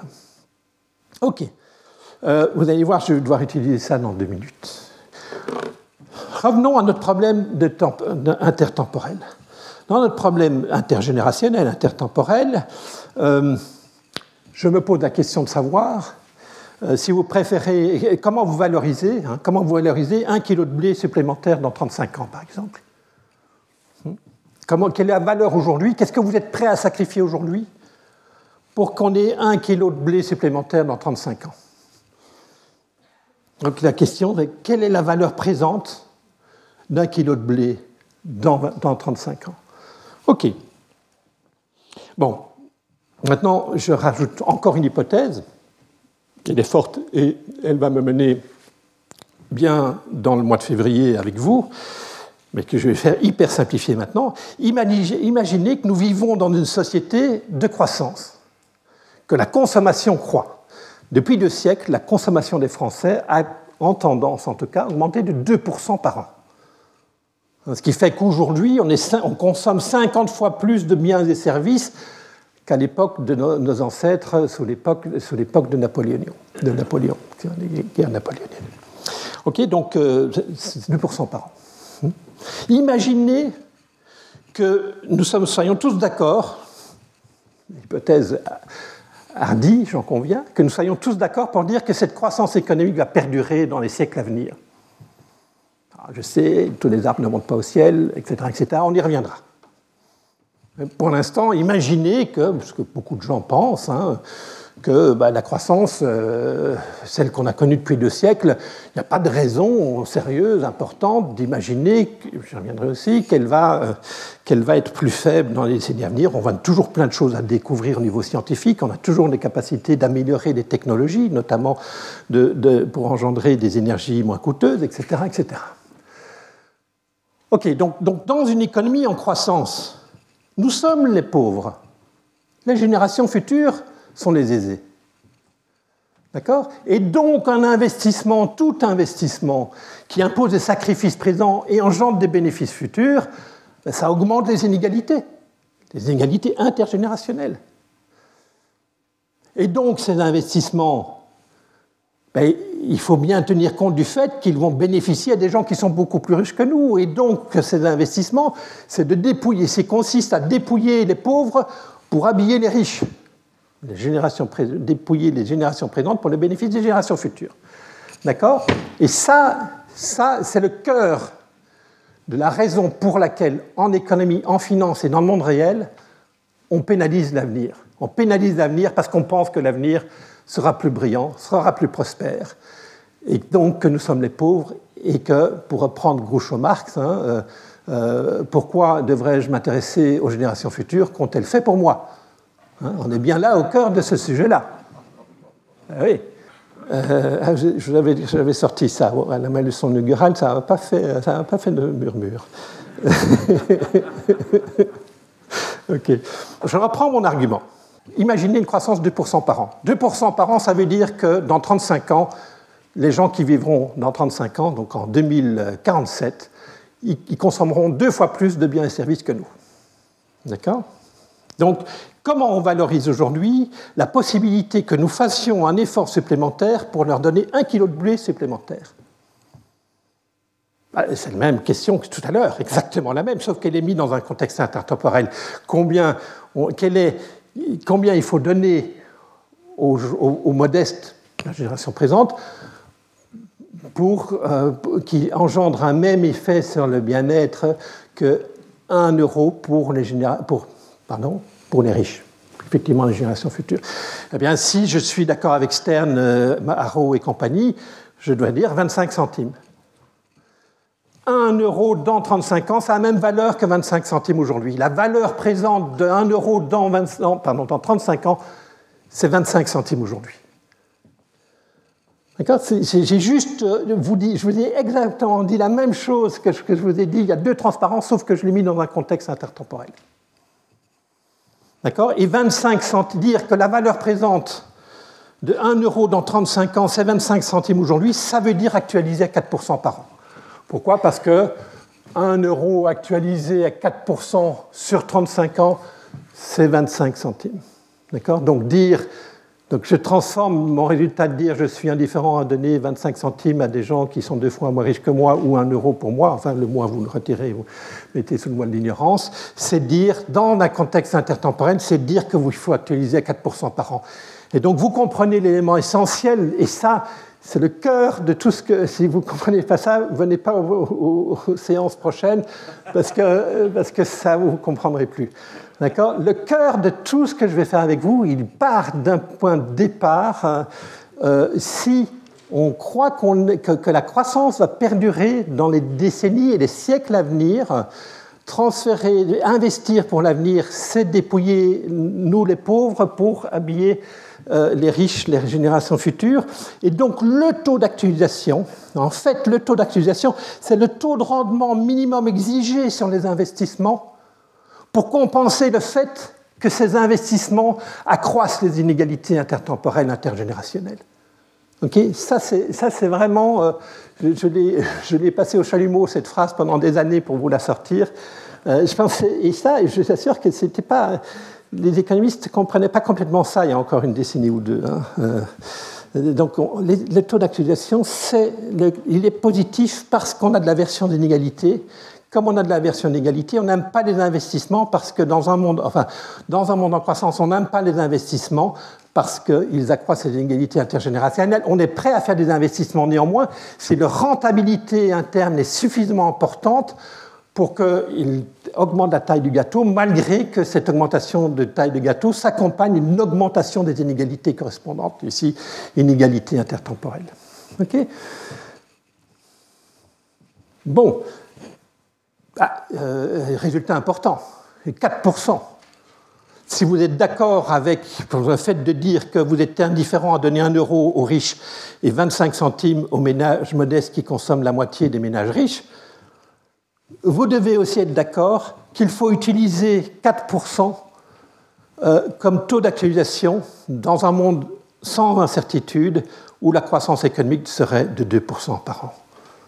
OK. Vous allez voir, je vais devoir utiliser ça dans 2 minutes. Revenons à notre problème intertemporel. Dans notre problème intergénérationnel, intertemporel, je me pose la question de savoir si vous préférez, comment vous valorisez 1 kg de blé supplémentaire dans 35 ans, par exemple. Quelle est la valeur aujourd'hui ? Qu'est-ce que vous êtes prêt à sacrifier aujourd'hui pour qu'on ait 1 kg de blé supplémentaire dans 35 ans ? Donc la question est quelle est la valeur présente d'un kilo de blé dans 35 ans? OK. Bon, maintenant je rajoute encore une hypothèse, qui est forte et elle va me mener bien dans le mois de février avec vous, mais que je vais faire hyper simplifier maintenant. Imaginez que nous vivons dans une société de croissance, que la consommation croît. Depuis 2 siècles, la consommation des Français a, en tendance en tout cas, augmenté de 2% par an. Ce qui fait qu'aujourd'hui, on consomme 50 fois plus de biens et services qu'à l'époque de nos ancêtres, sous l'époque de Napoléon, les guerres napoléoniennes. OK, donc c'est 2% par an. Imaginez que nous soyons tous d'accord, hypothèse hardie, j'en conviens, que nous soyons tous d'accord pour dire que cette croissance économique va perdurer dans les siècles à venir. Alors, je sais, tous les arbres ne montent pas au ciel, etc., etc., on y reviendra. Pour l'instant, imaginez que, ce que beaucoup de gens pensent, que la croissance, celle qu'on a connue depuis 2 siècles, il n'y a pas de raison sérieuse, importante, d'imaginer, j'y reviendrai aussi, qu'elle va être plus faible dans les décennies à venir. On a toujours plein de choses à découvrir au niveau scientifique, on a toujours des capacités d'améliorer des technologies, notamment pour engendrer des énergies moins coûteuses, etc., etc. OK, donc dans une économie en croissance, nous sommes les pauvres. Les générations futures sont les aisés. D'accord ? Et donc un investissement, tout investissement qui impose des sacrifices présents et engendre des bénéfices futurs, ça augmente les inégalités intergénérationnelles. Et donc ces investissements, il faut bien tenir compte du fait qu'ils vont bénéficier à des gens qui sont beaucoup plus riches que nous. Et donc ces investissements, consiste à dépouiller les pauvres pour habiller les riches. Dépouiller les générations présentes pour le bénéfice des générations futures. D'accord ? Et ça, c'est le cœur de la raison pour laquelle, en économie, en finance et dans le monde réel, on pénalise l'avenir. On pénalise l'avenir parce qu'on pense que l'avenir sera plus brillant, sera plus prospère, et donc que nous sommes les pauvres, et que, pour reprendre Groucho-Marx, pourquoi devrais-je m'intéresser aux générations futures qu'ont-elles fait pour moi ? On est bien là au cœur de ce sujet-là. Oui. J'avais sorti ça à la leçon inaugurale, ça n'a pas fait de murmure. OK. Je reprends mon argument. Imaginez une croissance de 2% par an. 2% par an, ça veut dire que dans 35 ans, les gens qui vivront dans 35 ans, donc en 2047, ils consommeront 2 fois plus de biens et services que nous. D'accord ? Donc, comment on valorise aujourd'hui la possibilité que nous fassions un effort supplémentaire pour leur donner 1 kilo de blé supplémentaire ? C'est la même question que tout à l'heure, exactement la même, sauf qu'elle est mise dans un contexte intertemporel. Combien il faut donner aux modestes de la génération présente pour qui engendre un même effet sur le bien-être que 1 euro pour les riches, effectivement les générations futures. Eh bien, si je suis d'accord avec Stern, Arrow et compagnie, je dois dire 25 centimes. 1 euro dans 35 ans, ça a la même valeur que 25 centimes aujourd'hui. La valeur présente de 1 euro dans 35 ans, c'est 25 centimes aujourd'hui. D'accord ? J'ai juste je vous ai exactement dit la même chose que je vous ai dit il y a 2 transparences, sauf que je l'ai mis dans un contexte intertemporel. D'accord ? Et 25 centimes, dire que la valeur présente de 1 euro dans 35 ans, c'est 25 centimes aujourd'hui, ça veut dire actualiser à 4% par an. Pourquoi ? Parce que 1 euro actualisé à 4% sur 35 ans, c'est 25 centimes. D'accord ? Donc je transforme mon résultat de dire je suis indifférent à donner 25 centimes à des gens qui sont 2 fois moins riches que moi ou 1 euro pour moi, enfin le moins vous le retirez, vous mettez sous le mois de l'ignorance, c'est dire, dans un contexte intertemporel, c'est dire qu'il faut actualiser à 4% par an. Et donc vous comprenez l'élément essentiel, et ça, c'est le cœur de tout ce que, si vous ne comprenez pas ça, venez pas aux séances prochaines, parce que ça, vous ne comprendrez plus. D'accord ? Le cœur de tout ce que je vais faire avec vous, il part d'un point de départ. Si on croit que la croissance va perdurer dans les décennies et les siècles à venir. Transférer, investir pour l'avenir, c'est dépouiller nous les pauvres pour habiller les riches, les générations futures. Et donc le taux d'actualisation, en fait le taux d'actualisation, c'est le taux de rendement minimum exigé sur les investissements pour compenser le fait que ces investissements accroissent les inégalités intertemporelles, intergénérationnelles. Okay, ça c'est vraiment, je l'ai passé au chalumeau cette phrase pendant des années pour vous la sortir. Je pense, et je suis sûr que c'était pas, les économistes ne comprenaient pas complètement ça il y a encore une décennie ou deux. Donc le taux d'actualisation, il est positif parce qu'on a de l'aversion d'inégalité. Comme on a de l'aversion d'inégalité, on n'aime pas les investissements parce que dans un monde en croissance, on n'aime pas les investissements parce qu'ils accroissent les inégalités intergénérationnelles. On est prêt à faire des investissements néanmoins si leur rentabilité interne est suffisamment importante pour qu'ils augmentent la taille du gâteau, malgré que cette augmentation de taille de gâteau s'accompagne d'une augmentation des inégalités correspondantes, ici, inégalités intertemporelles. Okay. Bon. Résultat important, 4%. Si vous êtes d'accord avec le fait de dire que vous êtes indifférent à donner 1 euro aux riches et 25 centimes aux ménages modestes qui consomment la moitié des ménages riches, vous devez aussi être d'accord qu'il faut utiliser 4% comme taux d'actualisation dans un monde sans incertitude où la croissance économique serait de 2% par an.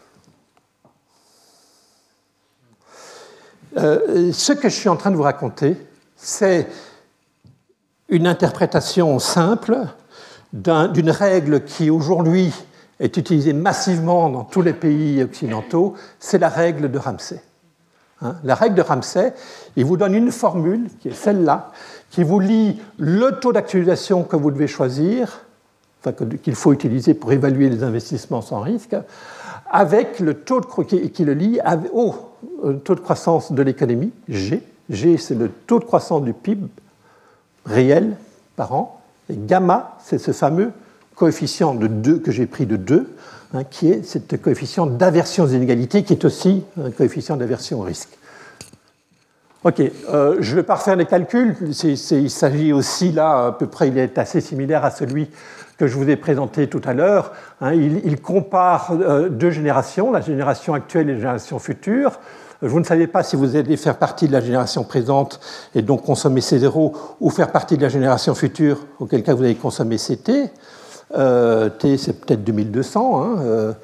Ce que je suis en train de vous raconter, c'est une interprétation simple d'une règle qui aujourd'hui est utilisée massivement dans tous les pays occidentaux, c'est la règle de Ramsay. La règle de Ramsay, il vous donne une formule, qui est celle-là, qui vous lie le taux d'actualisation que vous devez choisir, qu'il faut utiliser pour évaluer les investissements sans risque, avec le taux qui le lie au taux de croissance de l'économie, G. G, c'est le taux de croissance du PIB réel par an. Et gamma, c'est ce fameux coefficient de 2 que j'ai pris de 2, qui est ce coefficient d'aversion aux inégalités, qui est aussi un coefficient d'aversion au risque. OK, je ne vais pas refaire les calculs. Il s'agit aussi là, à peu près, il est assez similaire à celui que je vous ai présenté tout à l'heure. Il compare deux générations, la génération actuelle et la génération future. Vous ne savez pas si vous allez faire partie de la génération présente et donc consommer C0 ou faire partie de la génération future, auquel cas vous allez consommer CT. T, c'est peut-être 2200.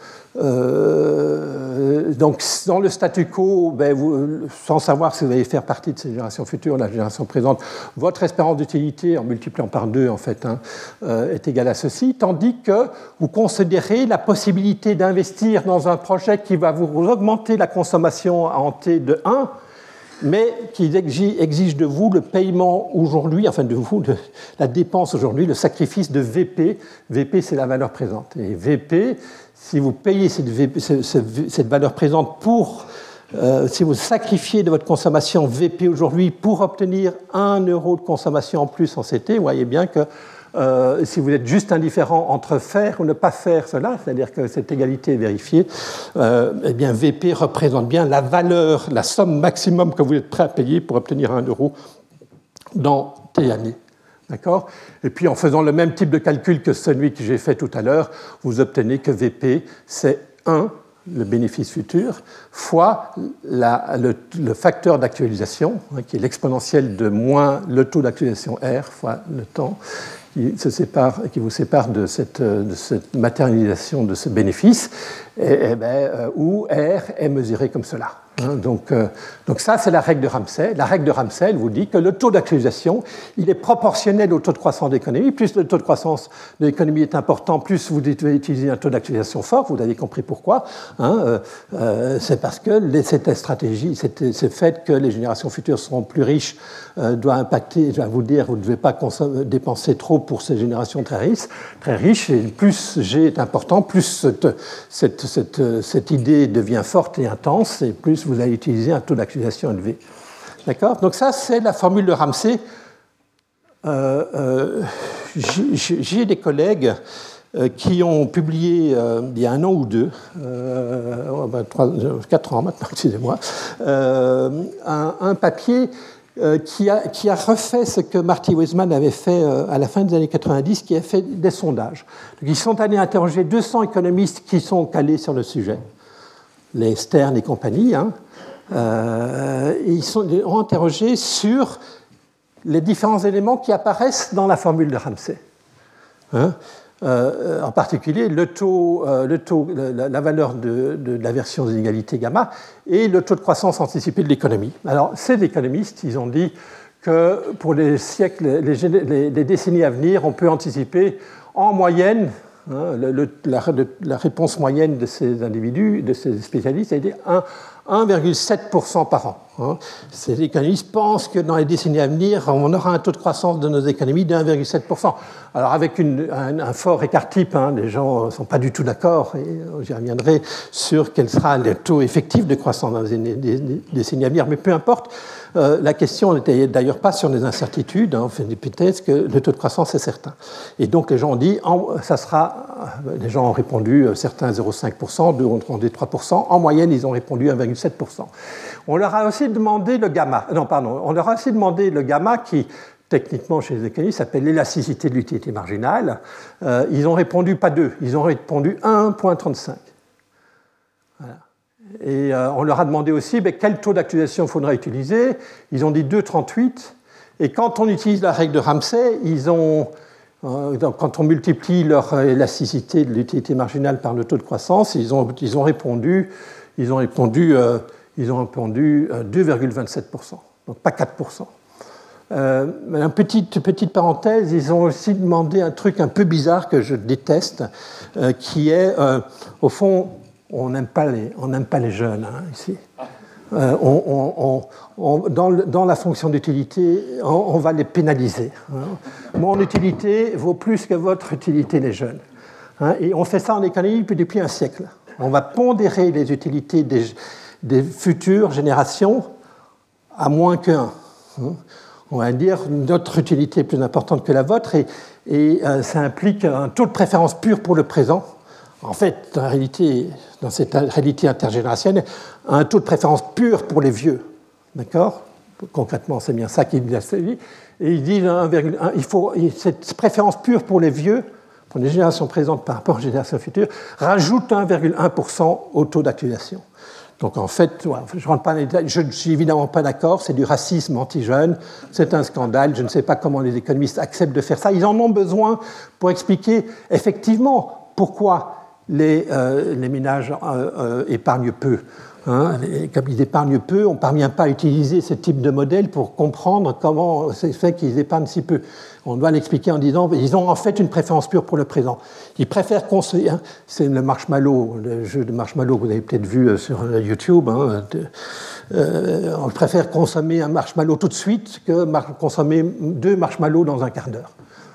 Donc, dans le statu quo, sans savoir si vous allez faire partie de cette génération future, la génération présente, votre espérance d'utilité, en multipliant par 2, en fait, est égale à ceci, tandis que vous considérez la possibilité d'investir dans un projet qui va vous augmenter la consommation en T de 1, mais qui exige de vous le paiement aujourd'hui, enfin de vous, de la dépense aujourd'hui, le sacrifice de VP. VP, c'est la valeur présente. Et VP, si vous payez cette valeur présente si vous sacrifiez de votre consommation VP aujourd'hui pour obtenir 1 euro de consommation en plus en CT, vous voyez bien que si vous êtes juste indifférent entre faire ou ne pas faire cela, c'est-à-dire que cette égalité est vérifiée, eh bien VP représente bien la valeur, la somme maximum que vous êtes prêt à payer pour obtenir 1 euro dans T années. D'accord ? Et puis en faisant le même type de calcul que celui que j'ai fait tout à l'heure, vous obtenez que VP, c'est 1, le bénéfice futur, fois le facteur d'actualisation, qui est l'exponentielle de moins le taux d'actualisation R fois le temps, qui vous sépare de cette matérialisation de ce bénéfice, où R est mesuré comme cela. Donc ça, c'est la règle de Ramsay. La règle de Ramsay, elle vous dit que le taux d'actualisation, il est proportionnel au taux de croissance de l'économie. Plus le taux de croissance de l'économie est important, plus vous devez utiliser un taux d'actualisation fort. Vous avez compris pourquoi. C'est parce que cette stratégie, ce fait que les générations futures seront plus riches, doit impacter, je vais vous dire, vous ne devez pas dépenser trop pour ces générations très riches. Et plus G est important, plus cette idée devient forte et intense, et plus vous allez utiliser un taux d'actualisation élevé. D'accord ? Donc ça, c'est la formule de Ramsay. J'ai des collègues qui ont publié il y a 1 an ou 2, 4 ans maintenant, excusez-moi, un papier qui a refait ce que Marty Weissman avait fait à la fin des années 90, qui a fait des sondages. Donc, ils sont allés interroger 200 économistes qui sont calés sur le sujet, les Stern et compagnie. Ils ont interrogé sur les différents éléments qui apparaissent dans la formule de Ramsey. En particulier la valeur de l'aversion des inégalités gamma et le taux de croissance anticipé de l'économie. Alors, ces économistes, ils ont dit que pour les siècles, les décennies à venir, on peut anticiper en moyenne, la réponse moyenne de ces individus, de ces spécialistes, a été 1,7% par an. Ces économistes pensent que dans les décennies à venir, on aura un taux de croissance de nos économies de 1,7%. Alors avec un fort écart type, les gens ne sont pas du tout d'accord, et j'y reviendrai sur quel sera le taux effectif de croissance dans les décennies à venir, mais peu importe. La question n'était d'ailleurs pas sur les incertitudes, on fait une hypothèse que le taux de croissance est certain. Et donc les gens ont dit, les gens ont répondu, certains 0,5%, d'autres ont répondu 3%, en moyenne ils ont répondu 1,7%. On leur a aussi demandé le gamma, qui techniquement chez les économistes s'appelle l'élasticité de l'utilité marginale. Ils ont répondu pas 2, ils ont répondu 1,35. Voilà. Et on leur a demandé aussi quel taux d'actualisation il faudra utiliser. Ils ont dit 2,38. Et quand on utilise la règle de Ramsey, quand on multiplie leur élasticité de l'utilité marginale par le taux de croissance, ils ont répondu 2,27%, donc pas 4%. Une petite parenthèse, ils ont aussi demandé un truc un peu bizarre que je déteste, qui est, au fond, on n'aime pas les jeunes ici. Dans la fonction d'utilité, on va les pénaliser. Mon utilité vaut plus que votre utilité, les jeunes. Et on fait ça en économie depuis un siècle. On va pondérer les utilités des futures générations à moins que 1. On va dire notre utilité est plus importante que la vôtre et ça implique un taux de préférence pur pour le présent. En fait, dans cette réalité intergénérationnelle, un taux de préférence pur pour les vieux. D'accord ? Concrètement, c'est bien ça qu'il a dit. Et il dit il faut cette préférence pure pour les vieux, pour les générations présentes par rapport aux générations futures, rajoute 1,1% au taux d'actualisation. Donc en fait, je ne rentre pas dans les détails, je ne suis évidemment pas d'accord, c'est du racisme anti-jeune, c'est un scandale, je ne sais pas comment les économistes acceptent de faire ça. Ils en ont besoin pour expliquer effectivement pourquoi les ménages épargnent peu. Comme ils épargnent peu, on ne parvient pas à utiliser ce type de modèle pour comprendre comment c'est fait qu'ils épargnent si peu. On doit l'expliquer en disant qu'ils ont en fait une préférence pure pour le présent. Ils préfèrent consommer, c'est le marshmallow, le jeu de marshmallow que vous avez peut-être vu sur YouTube. On préfère consommer un marshmallow tout de suite que consommer 2 marshmallows dans un quart d'heure.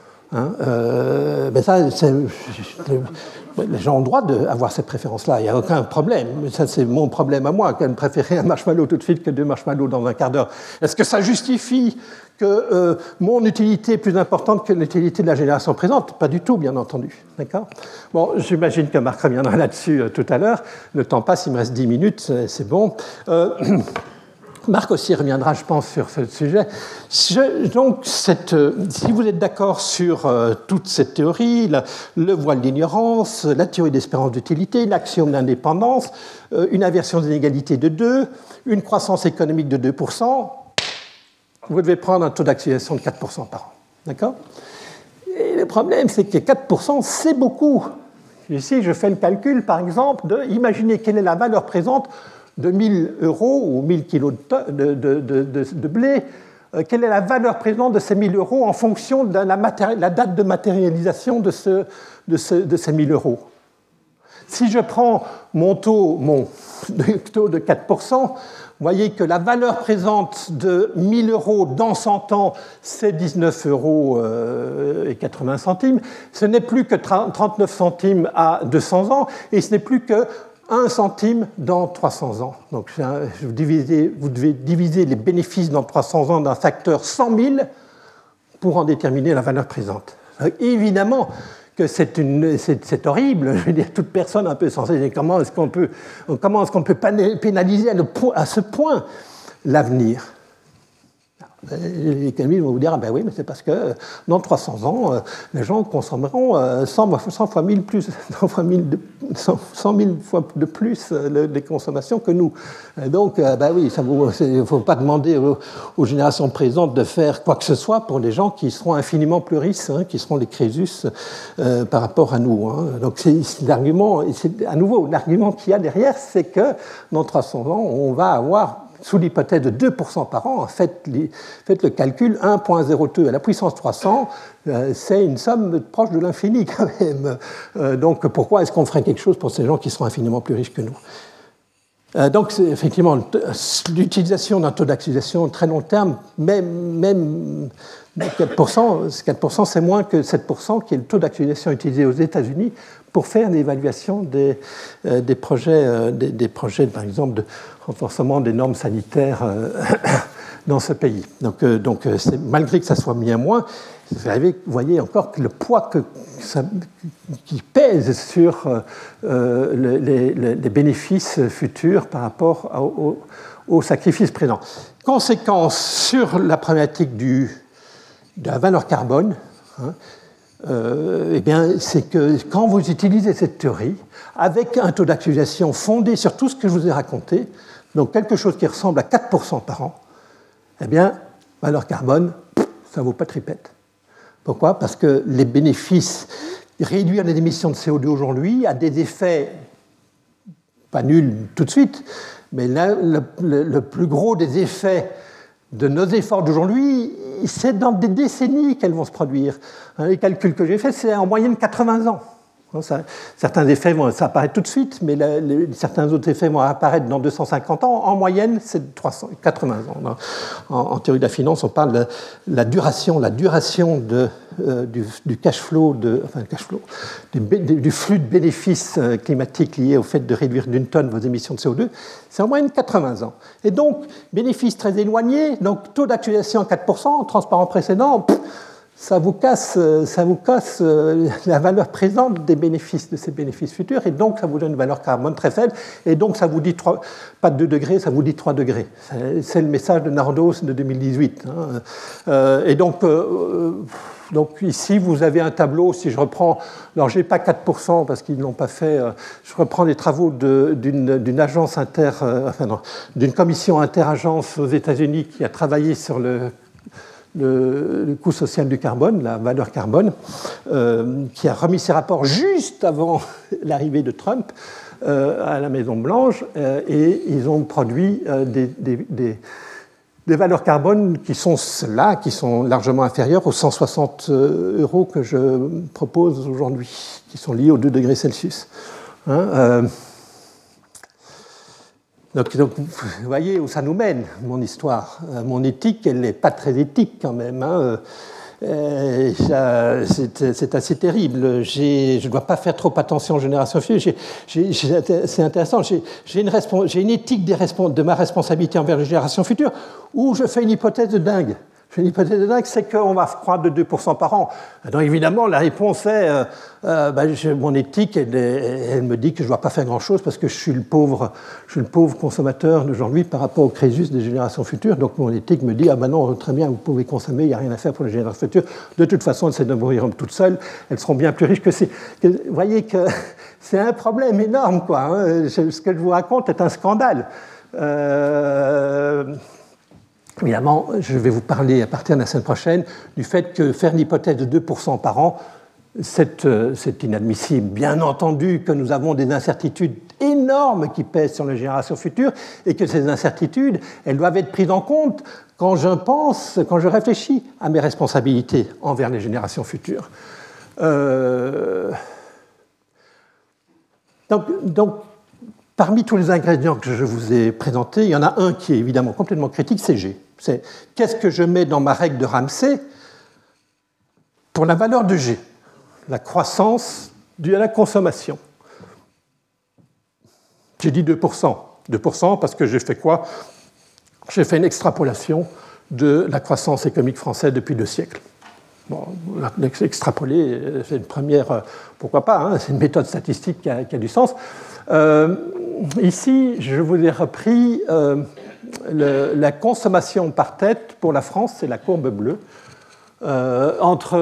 Mais ça, les gens ont le droit d'avoir cette préférence-là, il n'y a aucun problème. Mais ça, c'est mon problème à moi, quand même préférer un marshmallow tout de suite que 2 marshmallows dans un quart d'heure. Est-ce que ça justifie que mon utilité est plus importante que l'utilité de la génération présente ? Pas du tout, bien entendu. D'accord ? Bon, j'imagine que Marc reviendra là-dessus tout à l'heure. Le temps passe, il me reste 10 minutes, c'est bon. Marc aussi reviendra, je pense, sur ce sujet. Donc, si vous êtes d'accord sur toute cette théorie, le voile d'ignorance, la théorie d'espérance d'utilité, l'axiome d'indépendance, une aversion des inégalités de 2, une croissance économique de 2%, vous devez prendre un taux d'actualisation de 4% par an. D'accord ? Et le problème, c'est que 4%, c'est beaucoup. Ici, je fais le calcul, par exemple, imaginez quelle est la valeur présente de 1000 euros ou 1000 kilos de blé, quelle est la valeur présente de ces 1000 euros en fonction de la date de matérialisation de ces 1000 euros. Si je prends mon taux de 4%, vous voyez que la valeur présente de 1000 euros dans 100 ans, c'est 19,80 euros. Ce n'est plus que 39 centimes à 200 ans, et ce n'est plus que 1 centime dans 300 ans. Donc, vous devez diviser les bénéfices dans 300 ans d'un facteur 100 000 pour en déterminer la valeur présente. Évidemment que c'est horrible. Je veux dire, toute personne un peu sensée dit comment est-ce qu'on peut pénaliser à ce point l'avenir. Les économistes vont vous dire, ah ben oui, mais c'est parce que dans 300 ans, les gens consommeront 100 fois 1000 plus, 100 000 fois de plus les consommations que nous. Et donc, ben oui, il ne faut pas demander aux générations présentes de faire quoi que ce soit pour les gens qui seront infiniment plus riches, hein, qui seront les Crésus par rapport à nous. Hein. Donc, c'est l'argument, à nouveau, l'argument qu'il y a derrière, c'est que dans 300 ans, on va avoir, sous l'hypothèse de 2% par an, faites le calcul, 1,02 à la puissance 300, c'est une somme proche de l'infini quand même. Donc pourquoi est-ce qu'on ferait quelque chose pour ces gens qui seront infiniment plus riches que nous? Donc c'est effectivement l'utilisation d'un taux d'actualisation très long terme, même 4%, c'est moins que 7%, qui est le taux d'actualisation utilisé aux États-Unis pour faire l'évaluation des projets, par exemple, de renforcement des normes sanitaires dans ce pays. Donc malgré que ça soit bien moins, vous voyez encore que le poids qui pèse sur les bénéfices futurs par rapport aux sacrifices présents. Conséquence sur la problématique de la valeur carbone, hein, eh bien, c'est que quand vous utilisez cette théorie, avec un taux d'actualisation fondé sur tout ce que je vous ai raconté, donc quelque chose qui ressemble à 4% par an, eh bien, valeur carbone, ça ne vaut pas tripette. Pourquoi? Parce que les bénéfices, réduire les émissions de CO2 aujourd'hui a des effets, pas nuls tout de suite, mais là, le plus gros des effets de nos efforts d'aujourd'hui, c'est dans des décennies qu'elles vont se produire. Les calculs que j'ai faits, c'est en moyenne 80 ans. Certains effets vont apparaître tout de suite, mais certains autres effets vont apparaître dans 250 ans. En moyenne, c'est 80 ans. En théorie de la finance, on parle de la duration du cash flow, du flux de bénéfices climatiques liés au fait de réduire d'une tonne vos émissions de CO2. C'est en moyenne 80 ans. Et donc, bénéfices très éloignés, donc taux d'actualisation à 4%, transparent précédent, ça vous casse la valeur présente des bénéfices, de ces bénéfices futurs, et donc ça vous donne une valeur carbone très faible, et donc ça vous dit pas de 2 degrés, ça vous dit 3 degrés. C'est le message de Nardos de 2018. Hein. Et donc ici, vous avez un tableau, si je reprends, alors je n'ai pas 4% parce qu'ils ne l'ont pas fait, je reprends les travaux d'une agence d'une commission interagence aux États-Unis qui a travaillé sur le coût social du carbone, la valeur carbone, qui a remis ses rapports juste avant l'arrivée de Trump à la Maison-Blanche, et ils ont produit des valeurs carbone qui sont largement inférieures aux 160 € que je propose aujourd'hui, qui sont liés aux 2 degrés Celsius. Hein, donc, vous voyez où ça nous mène, mon histoire. Mon éthique, elle n'est pas très éthique quand même. Hein. C'est assez terrible. Je ne dois pas faire trop attention aux générations futures. C'est intéressant. J'ai une éthique de ma responsabilité envers les générations futures où je fais une hypothèse de dingue. L'hypothèse de dingue, c'est qu'on va croître de 2% par an. Donc évidemment, la réponse est, mon éthique, elle me dit que je ne dois pas faire grand-chose parce que je suis le pauvre consommateur d'aujourd'hui par rapport au Crésus des générations futures. Donc mon éthique me dit, non, très bien, vous pouvez consommer, il n'y a rien à faire pour les générations futures. De toute façon, elles se débrouilleront toutes seules, elles seront bien plus riches que ces. Vous voyez que c'est un problème énorme, quoi. Hein. Ce que je vous raconte est un scandale. Évidemment, je vais vous parler à partir de la semaine prochaine du fait que faire une hypothèse de 2% par an, c'est inadmissible. Bien entendu que nous avons des incertitudes énormes qui pèsent sur les générations futures et que ces incertitudes, elles doivent être prises en compte quand je réfléchis à mes responsabilités envers les générations futures. Donc, parmi tous les ingrédients que je vous ai présentés, il y en a un qui est évidemment complètement critique, c'est G. C'est qu'est-ce que je mets dans ma règle de Ramsey pour la valeur de G, la croissance due à la consommation. J'ai dit 2%. 2% parce que j'ai fait quoi? J'ai fait une extrapolation de la croissance économique française depuis 2 siècles. Bon, extrapoler, c'est une première, pourquoi pas, hein, c'est une méthode statistique qui a du sens. Ici, je vous ai repris la consommation par tête pour la France, c'est la courbe bleue, entre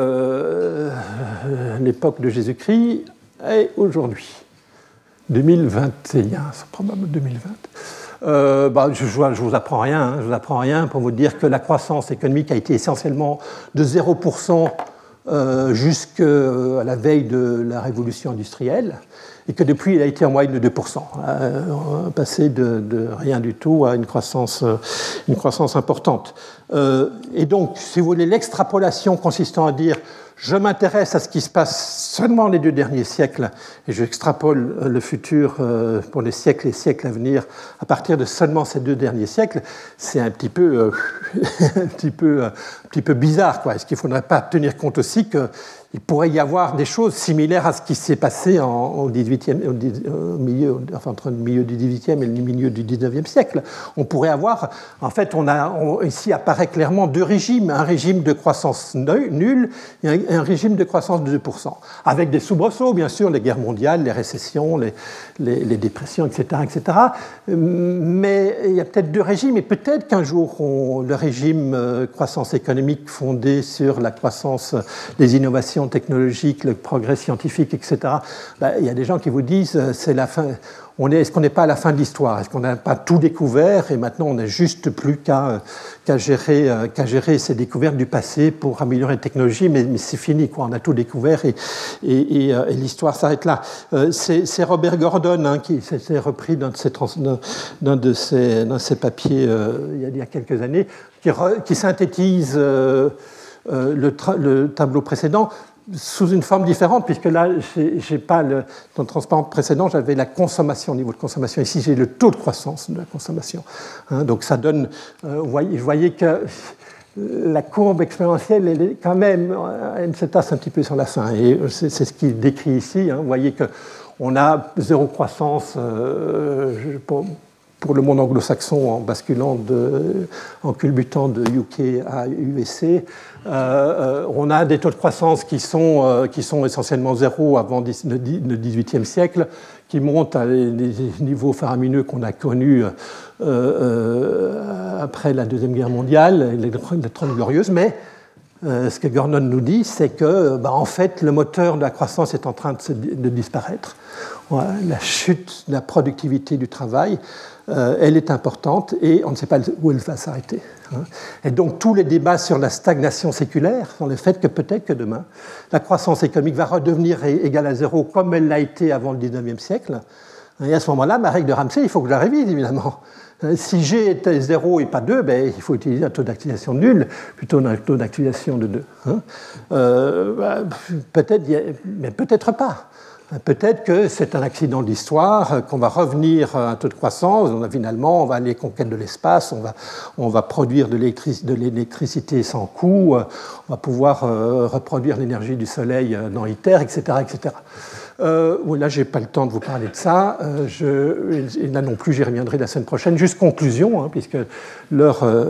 l'époque de Jésus-Christ et aujourd'hui, 2021, c'est probablement 2020. Je vous apprends rien, hein, je vous apprends rien pour vous dire que la croissance économique a été essentiellement de 0% jusqu'à la veille de la révolution industrielle, et que depuis, il a été en moyenne de 2%, passé de rien du tout à une croissance importante. Et donc, si vous voulez, l'extrapolation consistant à dire je m'intéresse à ce qui se passe seulement les 2 derniers siècles et j'extrapole le futur pour les siècles à venir à partir de seulement ces 2 derniers siècles, c'est un petit peu, un petit peu bizarre, quoi. Est-ce qu'il ne faudrait pas tenir compte aussi qu'il pourrait y avoir des choses similaires à ce qui s'est passé entre le milieu du XVIIIe et le milieu du XIXe siècle? On pourrait avoir, en fait, ici apparaît clairement 2 régimes, un régime de croissance nulle et un régime de croissance de 2%, avec des soubresauts, bien sûr, les guerres mondiales, les récessions, les dépressions, etc., etc. Mais il y a peut-être 2 régimes, et peut-être qu'un jour, le régime croissance économique fondé sur la croissance des innovations technologiques, le progrès scientifique, etc., il y a des gens qui vous disent c'est la fin. Est-ce qu'on n'est pas à la fin de l'histoire? Est-ce qu'on n'a pas tout découvert et maintenant on n'a juste plus qu'à gérer ces découvertes du passé pour améliorer les technologies, mais c'est fini, quoi. On a tout découvert et l'histoire s'arrête là. C'est Robert Gordon, hein, qui s'est repris dans de ses papiers il y a quelques années, qui synthétise le tableau précédent sous une forme différente, puisque là, j'ai pas dans le transparent précédent, j'avais la consommation, au niveau de consommation. Ici, j'ai le taux de croissance de la consommation. Hein, donc, ça donne... vous voyez que la courbe exponentielle, elle est quand même... Elle se tasse un petit peu sur la fin. Et c'est ce qu'il décrit ici. Hein. Vous voyez qu'on a 0 croissance pour le monde anglo-saxon en basculant, en culbutant de UK à USC. On a des taux de croissance qui sont essentiellement 0 avant le XVIIIe siècle, qui montent à des niveaux faramineux qu'on a connus après la Deuxième Guerre mondiale, les Trente Glorieuses. Mais ce que Gordon nous dit, c'est que, en fait, le moteur de la croissance est en train de disparaître. Voilà, la chute de la productivité du travail, elle est importante et on ne sait pas où elle va s'arrêter. Et donc tous les débats sur la stagnation séculaire sont le fait que peut-être que demain, la croissance économique va redevenir égale à 0 comme elle l'a été avant le XIXe siècle. Et à ce moment-là, ma règle de Ramsey, il faut que je la révise, évidemment. Si G était 0 et pas 2, il faut utiliser un taux d'activation nul, plutôt un taux d'activation de 2. Peut-être, mais peut-être pas. Peut-être que c'est un accident de l'histoire, qu'on va revenir à un taux de croissance, finalement on va aller conquête de l'espace, on va produire de l'électricité sans coût, on va pouvoir reproduire l'énergie du soleil dans ITER, etc. etc. Là, je n'ai pas le temps de vous parler de ça. Et là non plus, j'y reviendrai la semaine prochaine. Juste conclusion, hein, puisque le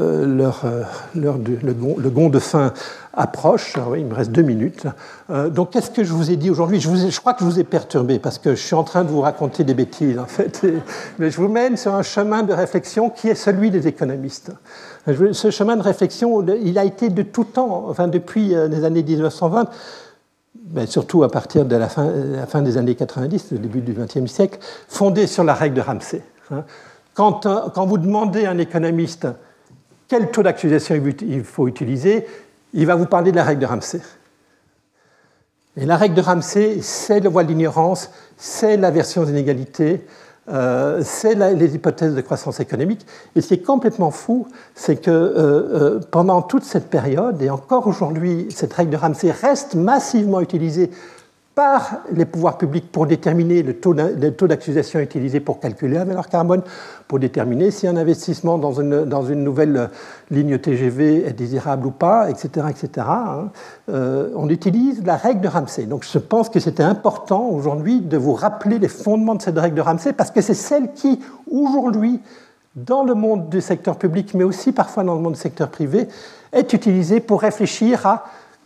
gond de fin approche. Oui, il me reste 2 minutes. Donc, qu'est-ce que je vous ai dit aujourd'hui? Je crois que je vous ai perturbé parce que je suis en train de vous raconter des bêtises, en fait. Mais je vous mène sur un chemin de réflexion qui est celui des économistes. Ce chemin de réflexion, il a été de tout temps, enfin depuis les années 1920, surtout à partir de la fin des années 90, le début du XXe siècle, fondé sur la règle de Ramsey. Quand vous demandez à un économiste quel taux d'actualisation il faut utiliser, il va vous parler de la règle de Ramsey. Et la règle de Ramsey, c'est le voile d'ignorance, c'est l'inversion des inégalités, c'est les hypothèses de croissance économique. Et ce qui est complètement fou, c'est que pendant toute cette période, et encore aujourd'hui, cette règle de Ramsey reste massivement utilisée par les pouvoirs publics pour déterminer le taux d'actualisation utilisé pour calculer la valeur carbone, pour déterminer si un investissement dans une nouvelle ligne TGV est désirable ou pas, etc. etc. On utilise la règle de Ramsey. Donc je pense que c'était important aujourd'hui de vous rappeler les fondements de cette règle de Ramsey, parce que c'est celle qui, aujourd'hui, dans le monde du secteur public, mais aussi parfois dans le monde du secteur privé, est utilisée pour réfléchir à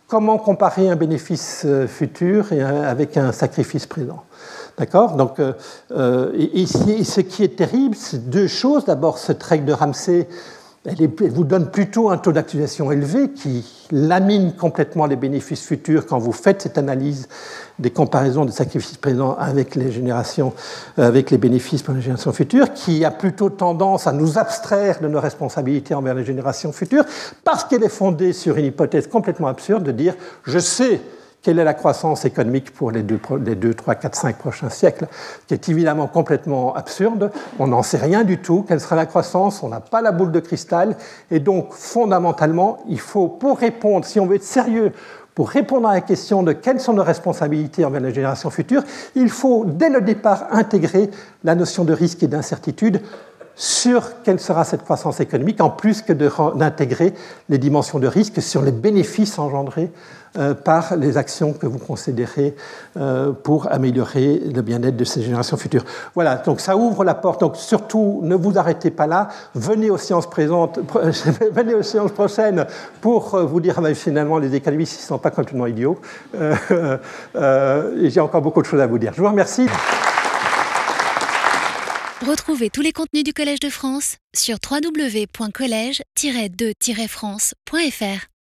comment comparer un bénéfice futur avec un sacrifice présent. D'accord ? Donc, ce qui est terrible, c'est deux choses. D'abord, cette règle de Ramsey, elle vous donne plutôt un taux d'actualisation élevé qui lamine complètement les bénéfices futurs quand vous faites cette analyse des comparaisons des sacrifices présents avec les générations, avec les bénéfices pour les générations futures, qui a plutôt tendance à nous abstraire de nos responsabilités envers les générations futures, parce qu'elle est fondée sur une hypothèse complètement absurde de dire « je sais ». Quelle est la croissance économique pour les 2, 3, 4, 5 prochains siècles, qui est évidemment complètement absurde. On n'en sait rien du tout. Quelle sera la croissance ? On n'a pas la boule de cristal. Et donc, fondamentalement, il faut, pour répondre, si on veut être sérieux, pour répondre à la question de quelles sont nos responsabilités envers les générations futures, il faut, dès le départ, intégrer la notion de risque et d'incertitude sur quelle sera cette croissance économique, en plus que d'intégrer les dimensions de risque sur les bénéfices engendrés par les actions que vous considérez pour améliorer le bien-être de ces générations futures. Voilà, donc ça ouvre la porte. Donc surtout, ne vous arrêtez pas là. Venez aux séances prochaines pour vous dire finalement les économistes ne sont pas complètement idiots. Et j'ai encore beaucoup de choses à vous dire. Je vous remercie. Retrouvez tous les contenus du Collège de France sur www.collège-2-france.fr.